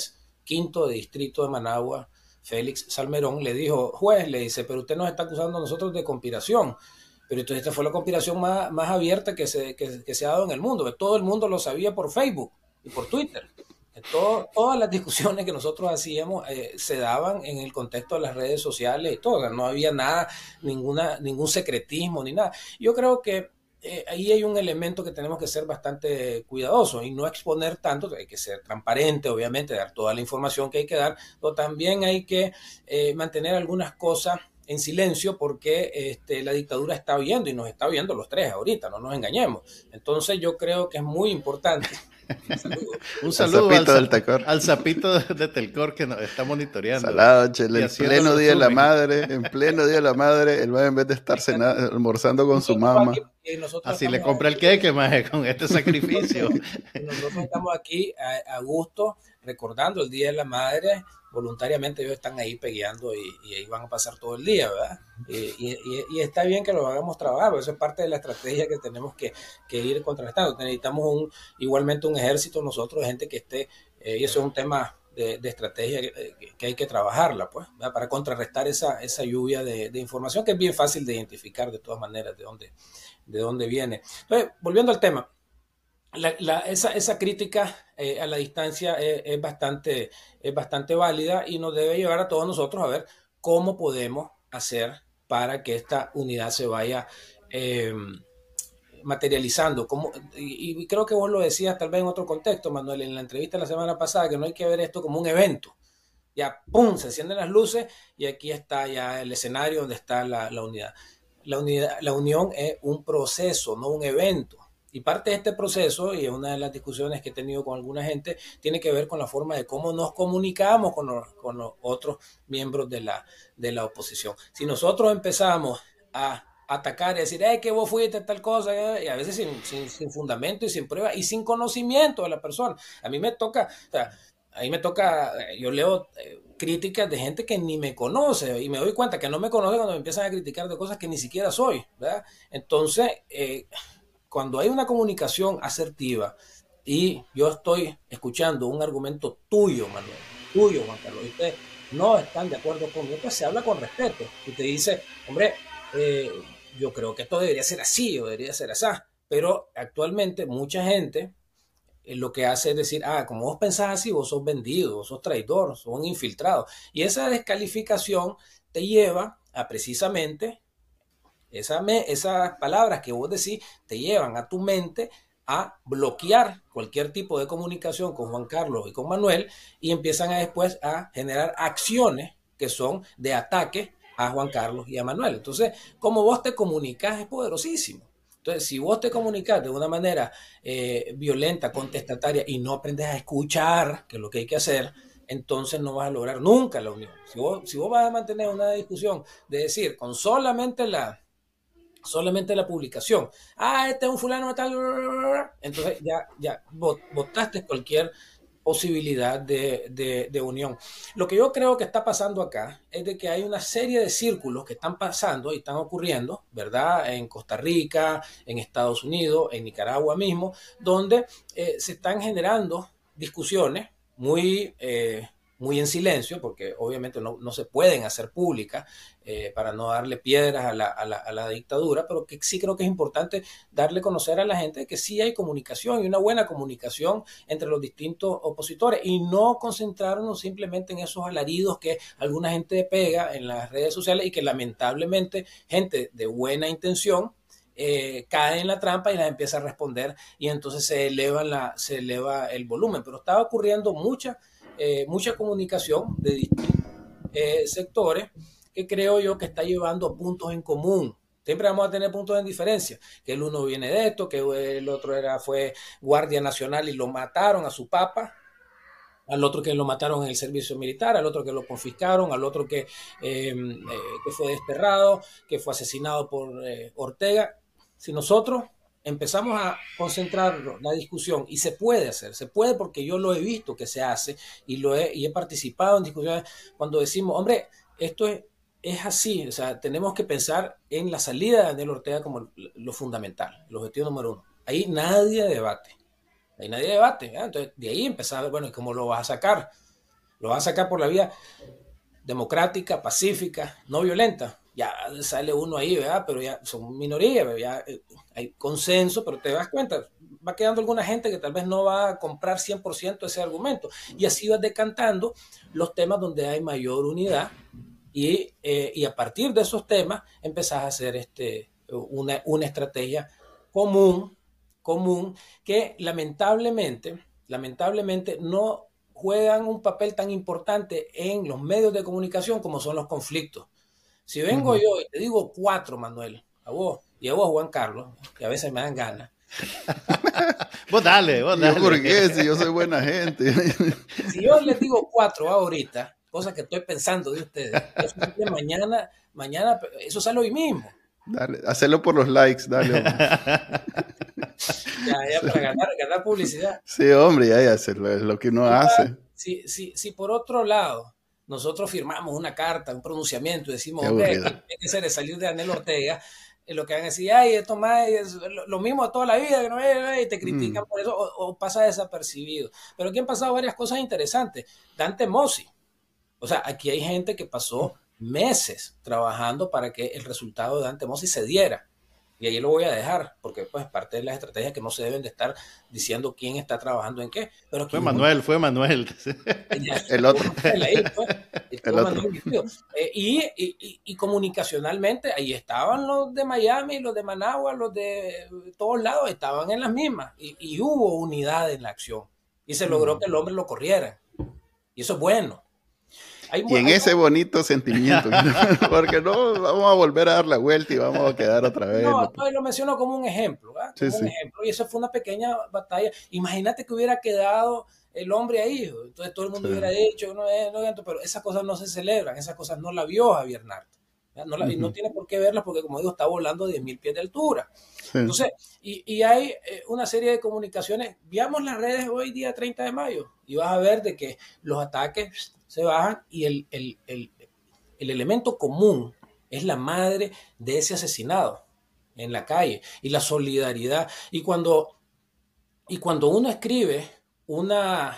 quinto de distrito de Managua, Félix Salmerón, le dijo, juez, le dice, pero usted nos está acusando a nosotros de conspiración. Pero entonces esta fue la conspiración más, más abierta que se, que, que se ha dado en el mundo. Todo el mundo lo sabía por Facebook y por Twitter. Todo, todas las discusiones que nosotros hacíamos eh, se daban en el contexto de las redes sociales y todo. No había nada, ninguna, ningún secretismo ni nada. Yo creo que eh, ahí hay un elemento que tenemos que ser bastante cuidadosos y no exponer tanto. Hay que ser transparente, obviamente, dar toda la información que hay que dar, pero también hay que eh, mantener algunas cosas en silencio porque este, la dictadura está viendo y nos está viendo los tres ahorita, no nos engañemos. Entonces yo creo que es muy importante. Un saludo, Un saludo al, al, al sapito de Telcor que nos está monitoreando. Salado, chele, en pleno día de la madre, en pleno día de la madre, el man en vez de estar cenando, almorzando con nosotros su mamá. Aquí, así le compra el queque, maje, con este sacrificio. Nosotros estamos aquí a, a gusto, recordando el Día de la Madre. Voluntariamente ellos están ahí pegueando y, y ahí van a pasar todo el día, ¿verdad? Y, y, y está bien que lo hagamos trabajar, pero eso es parte de la estrategia que tenemos que, que ir contrarrestando. Necesitamos un, igualmente un ejército nosotros, gente que esté, eh, y eso es un tema de, de estrategia que, que hay que trabajarla, pues, ¿verdad? Para contrarrestar esa, esa lluvia de, de información que es bien fácil de identificar de todas maneras de dónde, de dónde viene. Entonces, volviendo al tema. La, la, esa, esa crítica eh, a la distancia es, es, bastante, es bastante válida y nos debe llevar a todos nosotros a ver cómo podemos hacer para que esta unidad se vaya eh, materializando. Cómo, y, y creo que vos lo decías tal vez en otro contexto, Manuel, en la entrevista de la semana pasada, que no hay que ver esto como un evento. Ya, ¡pum!, se encienden las luces y aquí está ya el escenario donde está la, la unidad. La unidad. La unión es un proceso, no un evento. Y parte de este proceso, y es una de las discusiones que he tenido con alguna gente, tiene que ver con la forma de cómo nos comunicamos con los, con los otros miembros de la, de la oposición. Si nosotros empezamos a atacar y decir, hey, que vos fuiste tal cosa, y a veces sin, sin, sin fundamento y sin prueba y sin conocimiento de la persona. A mí me toca, o sea, a mí me toca, yo leo eh, críticas de gente que ni me conoce y me doy cuenta que no me conoce cuando me empiezan a criticar de cosas que ni siquiera soy, ¿verdad? Entonces, eh, cuando hay una comunicación asertiva y yo estoy escuchando un argumento tuyo, Manuel, tuyo, Juan Carlos, y ustedes no están de acuerdo conmigo, pues se habla con respeto. Y te dice, hombre, eh, yo creo que esto debería ser así o debería ser así. Pero actualmente mucha gente eh, lo que hace es decir, ah, como vos pensás así, vos sos vendido, vos sos traidor, sos un infiltrado. Y esa descalificación te lleva a precisamente... Esa me, esas palabras que vos decís te llevan a tu mente a bloquear cualquier tipo de comunicación con Juan Carlos y con Manuel y empiezan a después a generar acciones que son de ataque a Juan Carlos y a Manuel. Entonces, como vos te comunicas es poderosísimo. Entonces, si vos te comunicas de una manera eh, violenta, contestataria y no aprendes a escuchar, que es lo que hay que hacer, entonces no vas a lograr nunca la unión. Si vos, si vos vas a mantener una discusión de decir con solamente la solamente la publicación, ah, este es un fulano tal, entonces ya, ya botaste cualquier posibilidad de, de, de unión. Lo que yo creo que está pasando acá es de que hay una serie de círculos que están pasando y están ocurriendo, ¿verdad? En Costa Rica, en Estados Unidos, en Nicaragua mismo, donde eh, se están generando discusiones muy... Eh, muy en silencio, porque obviamente no, no se pueden hacer públicas eh, para no darle piedras a la, a, la, a la dictadura, pero que sí creo que es importante darle a conocer a la gente que sí hay comunicación y una buena comunicación entre los distintos opositores y no concentrarnos simplemente en esos alaridos que alguna gente pega en las redes sociales y que lamentablemente gente de buena intención Eh, cae en la trampa y la empieza a responder y entonces se eleva, la, se eleva el volumen, pero está ocurriendo mucha Eh, mucha comunicación de distintos eh, sectores que creo yo que está llevando a puntos en común. Siempre vamos a tener puntos en diferencia, que el uno viene de esto, que el otro era, fue guardia nacional y lo mataron a su papa, al otro que lo mataron en el servicio militar, al otro que lo confiscaron, al otro que, eh, eh, que fue desterrado, que fue asesinado por eh, Ortega. Si nosotros empezamos a concentrar la discusión, y se puede hacer, se puede porque yo lo he visto que se hace y, lo he, y he participado en discusiones cuando decimos, hombre, esto es, es así, o sea, tenemos que pensar en la salida de Daniel Ortega como lo fundamental, el objetivo número uno. Ahí nadie debate, ahí nadie debate, ¿eh? Entonces de ahí empezar, bueno, ¿y cómo lo vas a sacar? lo vas a sacar por la vía democrática, pacífica, no violenta. Ya sale uno ahí, ¿verdad? Pero ya son minorías, ¿verdad? Ya eh, hay consenso, pero te das cuenta, va quedando alguna gente que tal vez no va a comprar cien por ciento ese argumento. Y así vas decantando los temas donde hay mayor unidad y, eh, y a partir de esos temas empezás a hacer este, una, una estrategia común, común que lamentablemente, lamentablemente no juegan un papel tan importante en los medios de comunicación como son los conflictos. Si vengo uh-huh. yo y te digo cuatro, Manuel, a vos y a vos, Juan Carlos, que a veces me dan ganas. Vos dale, vos dale. ¿Yo por qué? Si yo soy buena gente. Si yo les digo cuatro ahorita, cosa que estoy pensando de ustedes, eso mañana, mañana, eso sale hoy mismo. Dale, hacerlo por los likes, dale. ya, ya para ganar, ganar publicidad. Sí, hombre, ya, ya, es lo que uno ya, hace. Si, si, si por otro lado nosotros firmamos una carta, un pronunciamiento y decimos, hombre, que tiene que ser de salir de Daniel Ortega, eh, lo que van a decir, ay, esto más es lo, lo mismo a toda la vida, que no es, y te critican mm. por eso, o, o pasa desapercibido. Pero aquí han pasado varias cosas interesantes. Dante Mossi, o sea, aquí hay gente que pasó meses trabajando para que el resultado de Dante Mossi se diera. Y ahí lo voy a dejar, porque pues parte de las estrategias que no se deben de estar diciendo quién está trabajando en qué. Pero fue Manuel, no, fue Manuel. el otro. Ahí, pues, el otro. Eh, y, y, y comunicacionalmente, ahí estaban los de Miami, los de Managua, los de todos lados, estaban en las mismas. Y, y hubo unidad en la acción. Y se logró mm. que el hombre lo corriera. Y eso es bueno. Hay, y en hay, ese bonito sentimiento, porque no vamos a volver a dar la vuelta y vamos a quedar otra vez. No, no lo menciono como un ejemplo, ¿verdad? Como sí, un sí. ejemplo. Y eso fue una pequeña batalla. Imagínate que hubiera quedado el hombre ahí, entonces todo el mundo sí. hubiera dicho, no, no, pero esas cosas no se celebran, esas cosas no las vio Javier Nart. No, la, uh-huh. y no tiene por qué verlas porque, como digo, está volando diez mil pies de altura. Sí. Entonces, y, y hay eh, una serie de comunicaciones. Veamos las redes hoy día treinta de mayo y vas a ver de que los ataques se bajan y el, el, el, el elemento común es la madre de ese asesinado en la calle y la solidaridad. Y cuando, y cuando uno escribe una,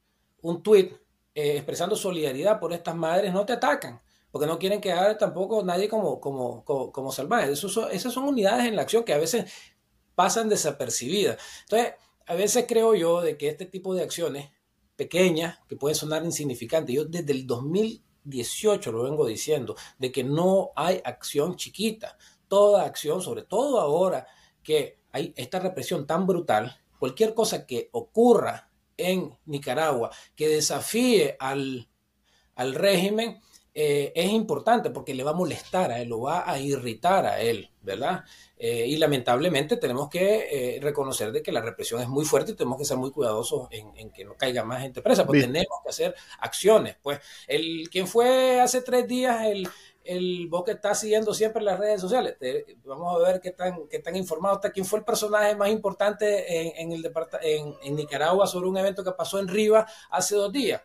un tuit eh, expresando solidaridad por estas madres, no te atacan, porque no quieren quedar tampoco nadie como, como, como, como salvajes. Eso son, esas son unidades en la acción que a veces pasan desapercibidas. Entonces, a veces creo yo de que este tipo de acciones pequeñas, que pueden sonar insignificantes, yo desde el dos mil dieciocho lo vengo diciendo, de que no hay acción chiquita. Toda acción, sobre todo ahora que hay esta represión tan brutal, cualquier cosa que ocurra en Nicaragua que desafíe al, al régimen, Eh, es importante porque le va a molestar a él, lo va a irritar a él, ¿verdad? Eh, y lamentablemente tenemos que eh, reconocer de que la represión es muy fuerte y tenemos que ser muy cuidadosos en, en que no caiga más gente presa, porque Bien. tenemos que hacer acciones. Pues, el quien fue hace tres días, el, el vos que estás siguiendo siempre las redes sociales, te, vamos a ver qué tan, qué tan informado está, quién fue el personaje más importante en, en, el depart- en, en Nicaragua sobre un evento que pasó en Rivas hace dos días.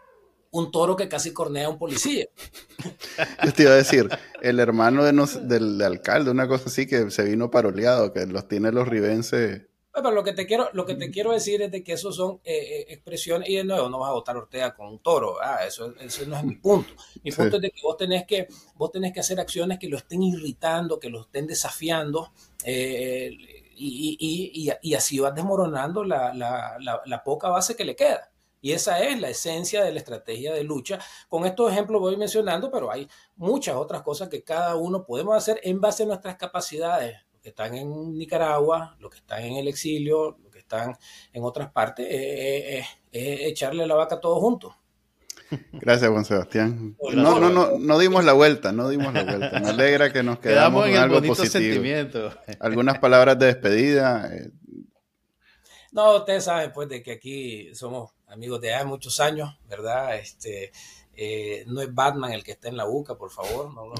Un toro que casi cornea a un policía. Yo te iba a decir, el hermano de nos, del de alcalde, una cosa así que se vino paroleado, que los tiene los ribenses. Pero lo que te quiero, lo que te quiero decir es de que eso son eh, expresiones, y de nuevo, no vas a votar Ortega con un toro, ah, eso, eso no es mi punto. Mi punto sí. es de que vos tenés que, vos tenés que hacer acciones que lo estén irritando, que lo estén desafiando, eh, y, y, y, y así vas desmoronando la, la, la, la poca base que le queda. Y esa es la esencia de la estrategia de lucha. Con estos ejemplos voy mencionando, pero hay muchas otras cosas que cada uno podemos hacer en base a nuestras capacidades. Los que están en Nicaragua, los que están en el exilio, los que están en otras partes, es eh, eh, eh, echarle la vaca todos juntos. Gracias, Juan Sebastián. No, no, no, no dimos la vuelta, no dimos la vuelta. Me alegra que nos quedamos, quedamos en con algo positivo. Sentimiento. Algunas palabras de despedida. Eh. No, ustedes saben pues de que aquí somos amigos de hace muchos años, ¿verdad? Este, eh, no es Batman el que está en la buca, por favor. No, no.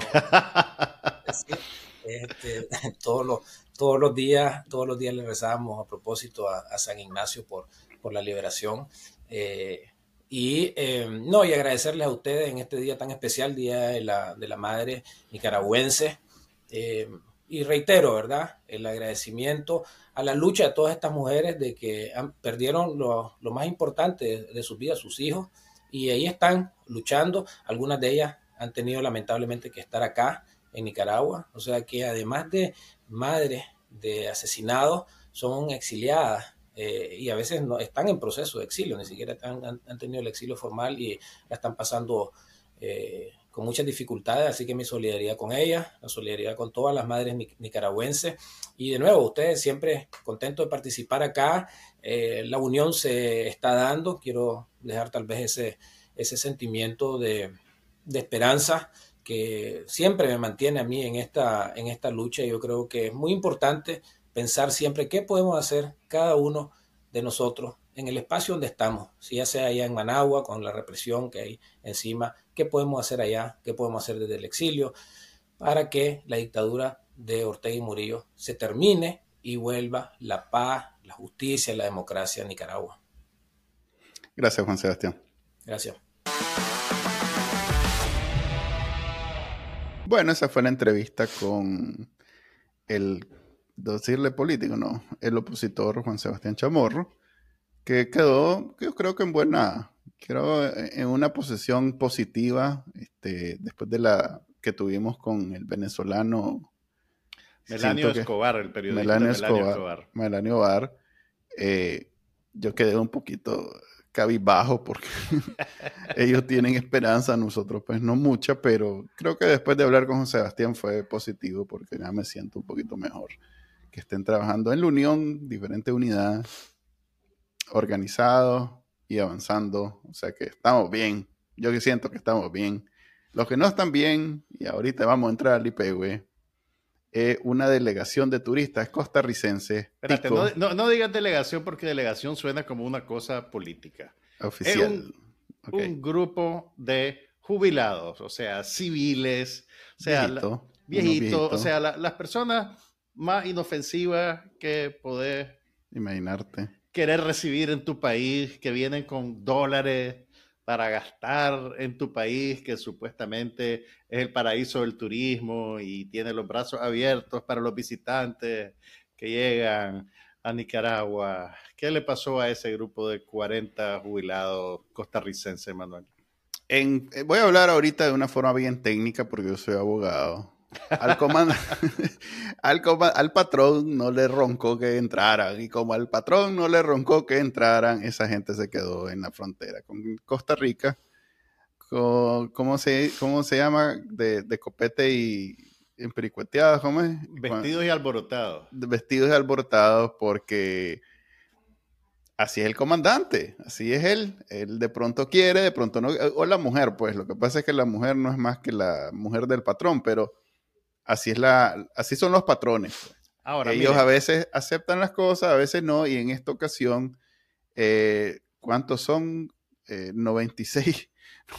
Este, todos, los, todos los días, todos los días le rezamos a propósito a, a San Ignacio por, por la liberación. Eh, y eh, no, y agradecerles a ustedes en este día tan especial, Día de la, de la Madre Nicaragüense. Eh, y reitero, ¿verdad?, el agradecimiento a la lucha de todas estas mujeres de que han, perdieron lo, lo más importante de, de sus vidas, sus hijos, y ahí están luchando. Algunas de ellas han tenido lamentablemente que estar acá en Nicaragua, o sea que además de madres de asesinados, son exiliadas eh, y a veces no están en proceso de exilio, ni siquiera han, han, han tenido el exilio formal y la están pasando eh, con muchas dificultades, así que mi solidaridad con ellas, la solidaridad con todas las madres nicaragüenses. Y de nuevo, ustedes siempre contentos de participar acá, eh, la unión se está dando, quiero dejar tal vez ese, ese sentimiento de, de esperanza que siempre me mantiene a mí en esta, en esta lucha. Yo creo que es muy importante pensar siempre qué podemos hacer cada uno de nosotros en el espacio donde estamos, si ya sea allá en Managua con la represión que hay encima, qué podemos hacer allá, qué podemos hacer desde el exilio para que la dictadura de Ortega y Murillo se termine y vuelva la paz, la justicia y la democracia en Nicaragua. Gracias, Juan Sebastián. Gracias. Bueno, esa fue la entrevista con el, decirle político, no, el opositor Juan Sebastián Chamorro, que quedó, yo creo que en buena, creo en una posición positiva, este, después de la que tuvimos con el venezolano Melanio Escobar, el periodista Melanio Melanio Escobar, Escobar. Melanio Escobar, eh, yo quedé un poquito cabizbajo porque ellos tienen esperanza, nosotros pues no mucha, pero creo que después de hablar con Juan Sebastián fue positivo porque ya me siento un poquito mejor, que estén trabajando en la unión, diferentes unidades, organizados y avanzando, o sea que estamos bien, yo que siento que estamos bien. Los que no están bien, y ahorita vamos a entrar al I P W, es una delegación de turistas costarricenses. Espérate, no, no, no digas delegación porque delegación suena como una cosa política. Oficial. Es un, okay. un grupo de jubilados, o sea, civiles, o sea, viejitos, viejito, viejito, o sea, la, las personas más inofensivas que poder imaginarte. Querer recibir en tu país, que vienen con dólares para gastar en tu país, que supuestamente es el paraíso del turismo y tiene los brazos abiertos para los visitantes que llegan a Nicaragua. ¿Qué le pasó a ese grupo de cuarenta jubilados costarricenses, Manuel? En, voy a hablar ahorita de una forma bien técnica porque yo soy abogado. Al, comand al, comand al patrón no le roncó que entraran, y como al patrón no le roncó que entraran, esa gente se quedó en la frontera con Costa Rica, con, ¿cómo, se, ¿cómo se llama? De, de copete y empericueteados, ¿cómo es? Vestidos y alborotados. Vestidos y alborotados porque así es el comandante, así es él, él de pronto quiere, de pronto no, o la mujer, pues lo que pasa es que la mujer no es más que la mujer del patrón, pero así es la, así son los patrones. Pues. Ahora, ellos mire. A veces aceptan las cosas, a veces no, y en esta ocasión, eh, ¿cuántos son? Eh, noventa y seis,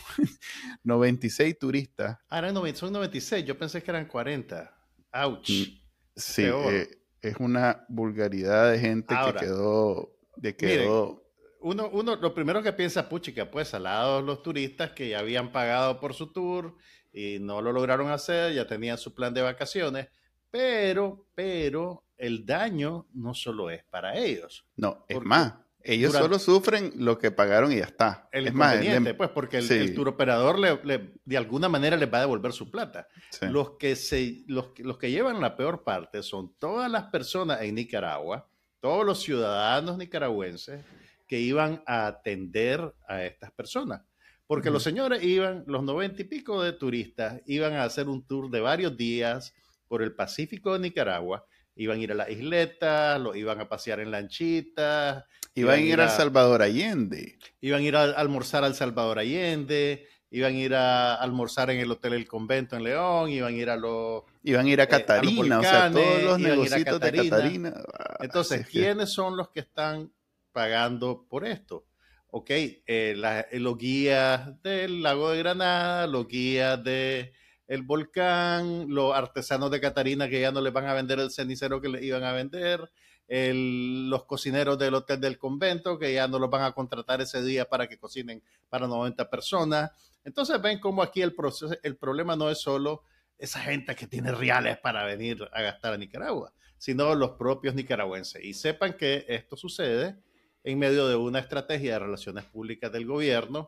noventa y seis turistas. Ah, eran noventa, son noventa y seis, yo pensé que eran cuarenta. Ouch. Sí, eh, es una vulgaridad de gente Ahora, que quedó, de quedó. Miren, uno, uno, lo primero que piensa, puchica, pues salados los turistas que ya habían pagado por su tour y no lo lograron hacer, ya tenían su plan de vacaciones, pero, pero el daño no solo es para ellos. No, es más, ellos solo sufren lo que pagaron y ya está. El es inconveniente, más, el, pues, porque el, sí. el tour operador le, le, de alguna manera les va a devolver su plata. Sí. Los, que se, los, los que llevan la peor parte son todas las personas en Nicaragua, todos los ciudadanos nicaragüenses que iban a atender a estas personas. Porque uh-huh. los señores iban, los noventa y pico de turistas, iban a hacer un tour de varios días por el Pacífico de Nicaragua, iban a ir a las isletas, los iban a pasear en lanchitas. Iban, iban a ir a, al Salvador Allende. Iban a ir a almorzar al Salvador Allende, iban a ir a almorzar en el Hotel El Convento en León, iban a ir a los... Iban a ir a Catarina, eh, a volcanes, o sea, todos los negocios de Catarina. Entonces, ¿quiénes son los que están pagando por esto? Ok, eh, la, eh, los guías del lago de Granada, los guías del volcán, los artesanos de Catarina que ya no les van a vender el cenicero que les iban a vender, el, los cocineros del Hotel del Convento que ya no los van a contratar ese día para que cocinen para noventa personas. Entonces ven cómo aquí el, proceso, el problema no es solo esa gente que tiene reales para venir a gastar a Nicaragua, sino los propios nicaragüenses. Y sepan que esto sucede en medio de una estrategia de relaciones públicas del gobierno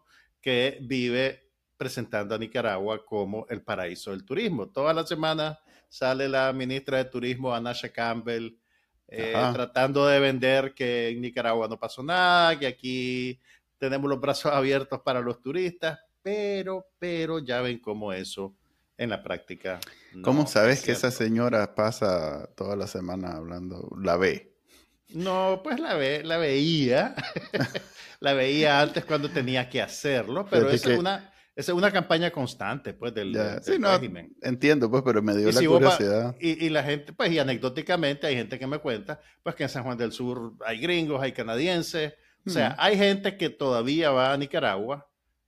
que vive presentando a Nicaragua como el paraíso del turismo. Todas las semanas sale la ministra de Turismo, Anasha Campbell, eh, tratando de vender que en Nicaragua no pasó nada, que aquí tenemos los brazos abiertos para los turistas, pero, pero ya ven cómo eso en la práctica no ¿Cómo sabes es que esa cierto. señora pasa toda la semana hablando? La ve. No, pues la, ve, la veía, la veía antes cuando tenía que hacerlo, pero Fíjate esa que- es una, esa es una campaña constante, pues, del, Ya, del- sí, del no, régimen. entiendo, pues, pero me dio Y la si vos va- curiosidad. y, y la gente, pues, y anecdóticamente hay gente que me cuenta, pues, que en San Juan del Sur hay gringos, hay canadienses, o sea, Mm. hay gente que todavía va a Nicaragua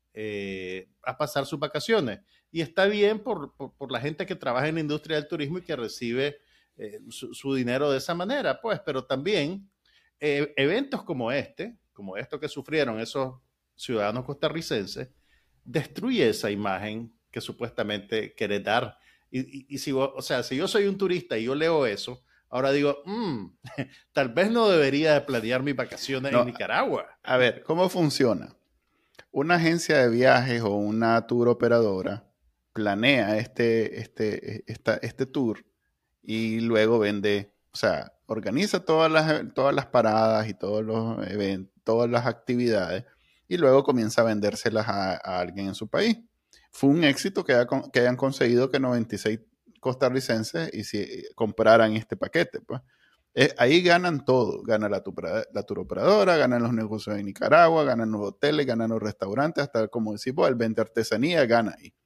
eh, a pasar sus vacaciones. Y está bien por, por, por la gente que trabaja en la industria del turismo y que recibe eh, su, su dinero de esa manera, pues, pero también eh, eventos como este, como esto que sufrieron esos ciudadanos costarricenses, destruye esa imagen que supuestamente querés dar. Y, y, y si vos, o sea, si yo soy un turista y yo leo eso, ahora digo, mmm, tal vez no debería de planear mis vacaciones No, en Nicaragua. A ver, ¿cómo funciona? Una agencia de viajes o una tour operadora planea este, este, esta, este tour y luego vende, o sea, organiza todas las, todas las paradas y todos los eventos, todas las actividades y luego comienza a vendérselas a, a alguien en su país. Fue un éxito que, haya, que hayan conseguido que noventa y seis costarricenses y si, compraran este paquete, pues. Eh, ahí ganan todo, gana la, tupra, la tour operadora, ganan los negocios en Nicaragua, ganan los hoteles, ganan los restaurantes, hasta como decimos, el vende artesanía, gana ahí.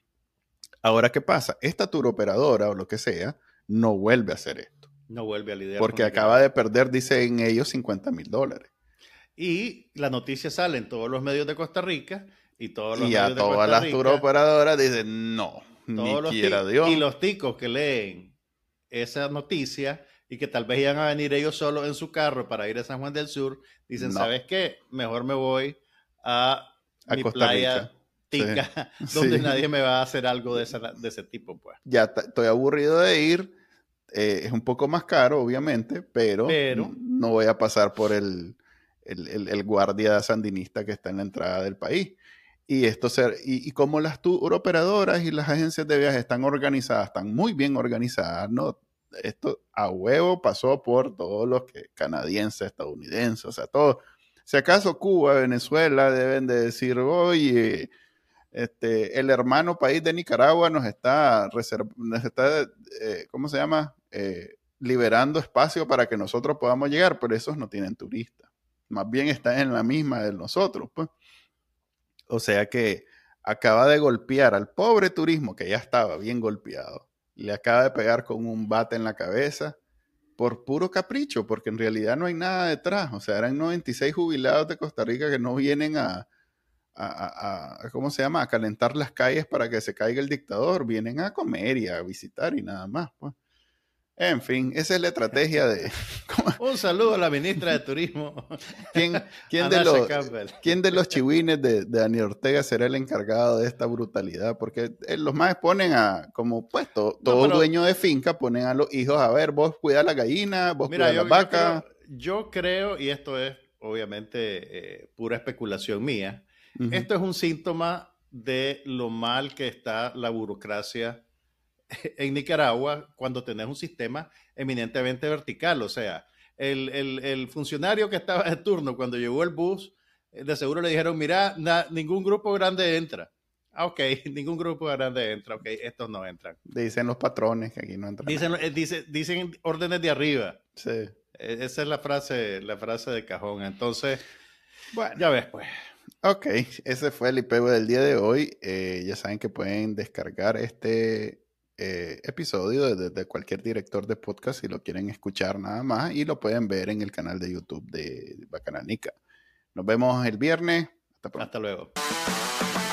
Ahora, ¿qué pasa? Esta tour operadora o lo que sea, no vuelve a hacer esto. No vuelve a lidiar porque con acaba de perder, dicen ellos, cincuenta mil dólares. Y la noticia sale en todos los medios de Costa Rica y todos los Y medios a de todas Costa las Rica, tour operadoras dicen, no, ni todos los quiera ti- Dios. y los ticos que leen esa noticia y que tal vez iban a venir ellos solos en su carro para ir a San Juan del Sur, dicen, No. ¿sabes qué? Mejor me voy a, A mi Costa playa Rica. tica, Sí. donde Sí. nadie me va a hacer algo de, esa, de ese tipo, pues. Ya t- estoy aburrido de ir. Eh, es un poco más caro, obviamente, pero, Pero- no voy a pasar por el, el, el- el guardia sandinista que está en la entrada del país. Y esto ser, y, y como las tour operadoras y las agencias de viajes están organizadas, están muy bien organizadas, ¿no? Esto a huevo pasó por todos los que canadienses, estadounidenses, o sea, todos. Si acaso Cuba, Venezuela deben de decir, oye, este, el hermano país de Nicaragua nos está, reserv nos está eh, ¿cómo se llama? Eh, liberando espacio para que nosotros podamos llegar, pero esos no tienen turistas. Más bien están en la misma de nosotros, pues. O sea que acaba de golpear al pobre turismo, que ya estaba bien golpeado. Le acaba de pegar con un bate en la cabeza por puro capricho, porque en realidad no hay nada detrás. O sea, eran noventa y seis jubilados de Costa Rica que no vienen a, a, a, a, ¿cómo se llama? A calentar las calles para que se caiga el dictador. Vienen a comer y a visitar y nada más, pues. En fin, esa es la estrategia de... Un saludo a la ministra de Turismo. ¿Quién, quién, de, los, ¿quién de los chihuines de, de Daniel Ortega será el encargado de esta brutalidad? Porque eh, los más ponen a, como pues, to, todo no, pero, dueño de finca, ponen a los hijos, a ver, vos cuida la gallina, vos cuida la vaca. Yo creo, yo creo, y esto es obviamente eh, pura especulación mía, uh-huh. Esto es un síntoma de lo mal que está la burocracia en Nicaragua cuando tenés un sistema eminentemente vertical. O sea, el, el, el funcionario que estaba de turno cuando llegó el bus, de seguro le dijeron, mira, na, ningún grupo grande entra. Ah, ok, ningún grupo grande entra. Ok, estos no entran. Dicen los patrones que aquí no entran. Dicen, eh, dice, dicen órdenes de arriba. Sí. Esa es la frase, la frase de cajón. Entonces, bueno, ya ves, pues. Ok, ese fue el I P E W del día de hoy. Eh, ya saben que pueden descargar este eh, episodio desde de cualquier director de podcast si lo quieren escuchar nada más y lo pueden ver en el canal de YouTube de Bacananica. Nos vemos el viernes. Hasta pronto. Hasta luego.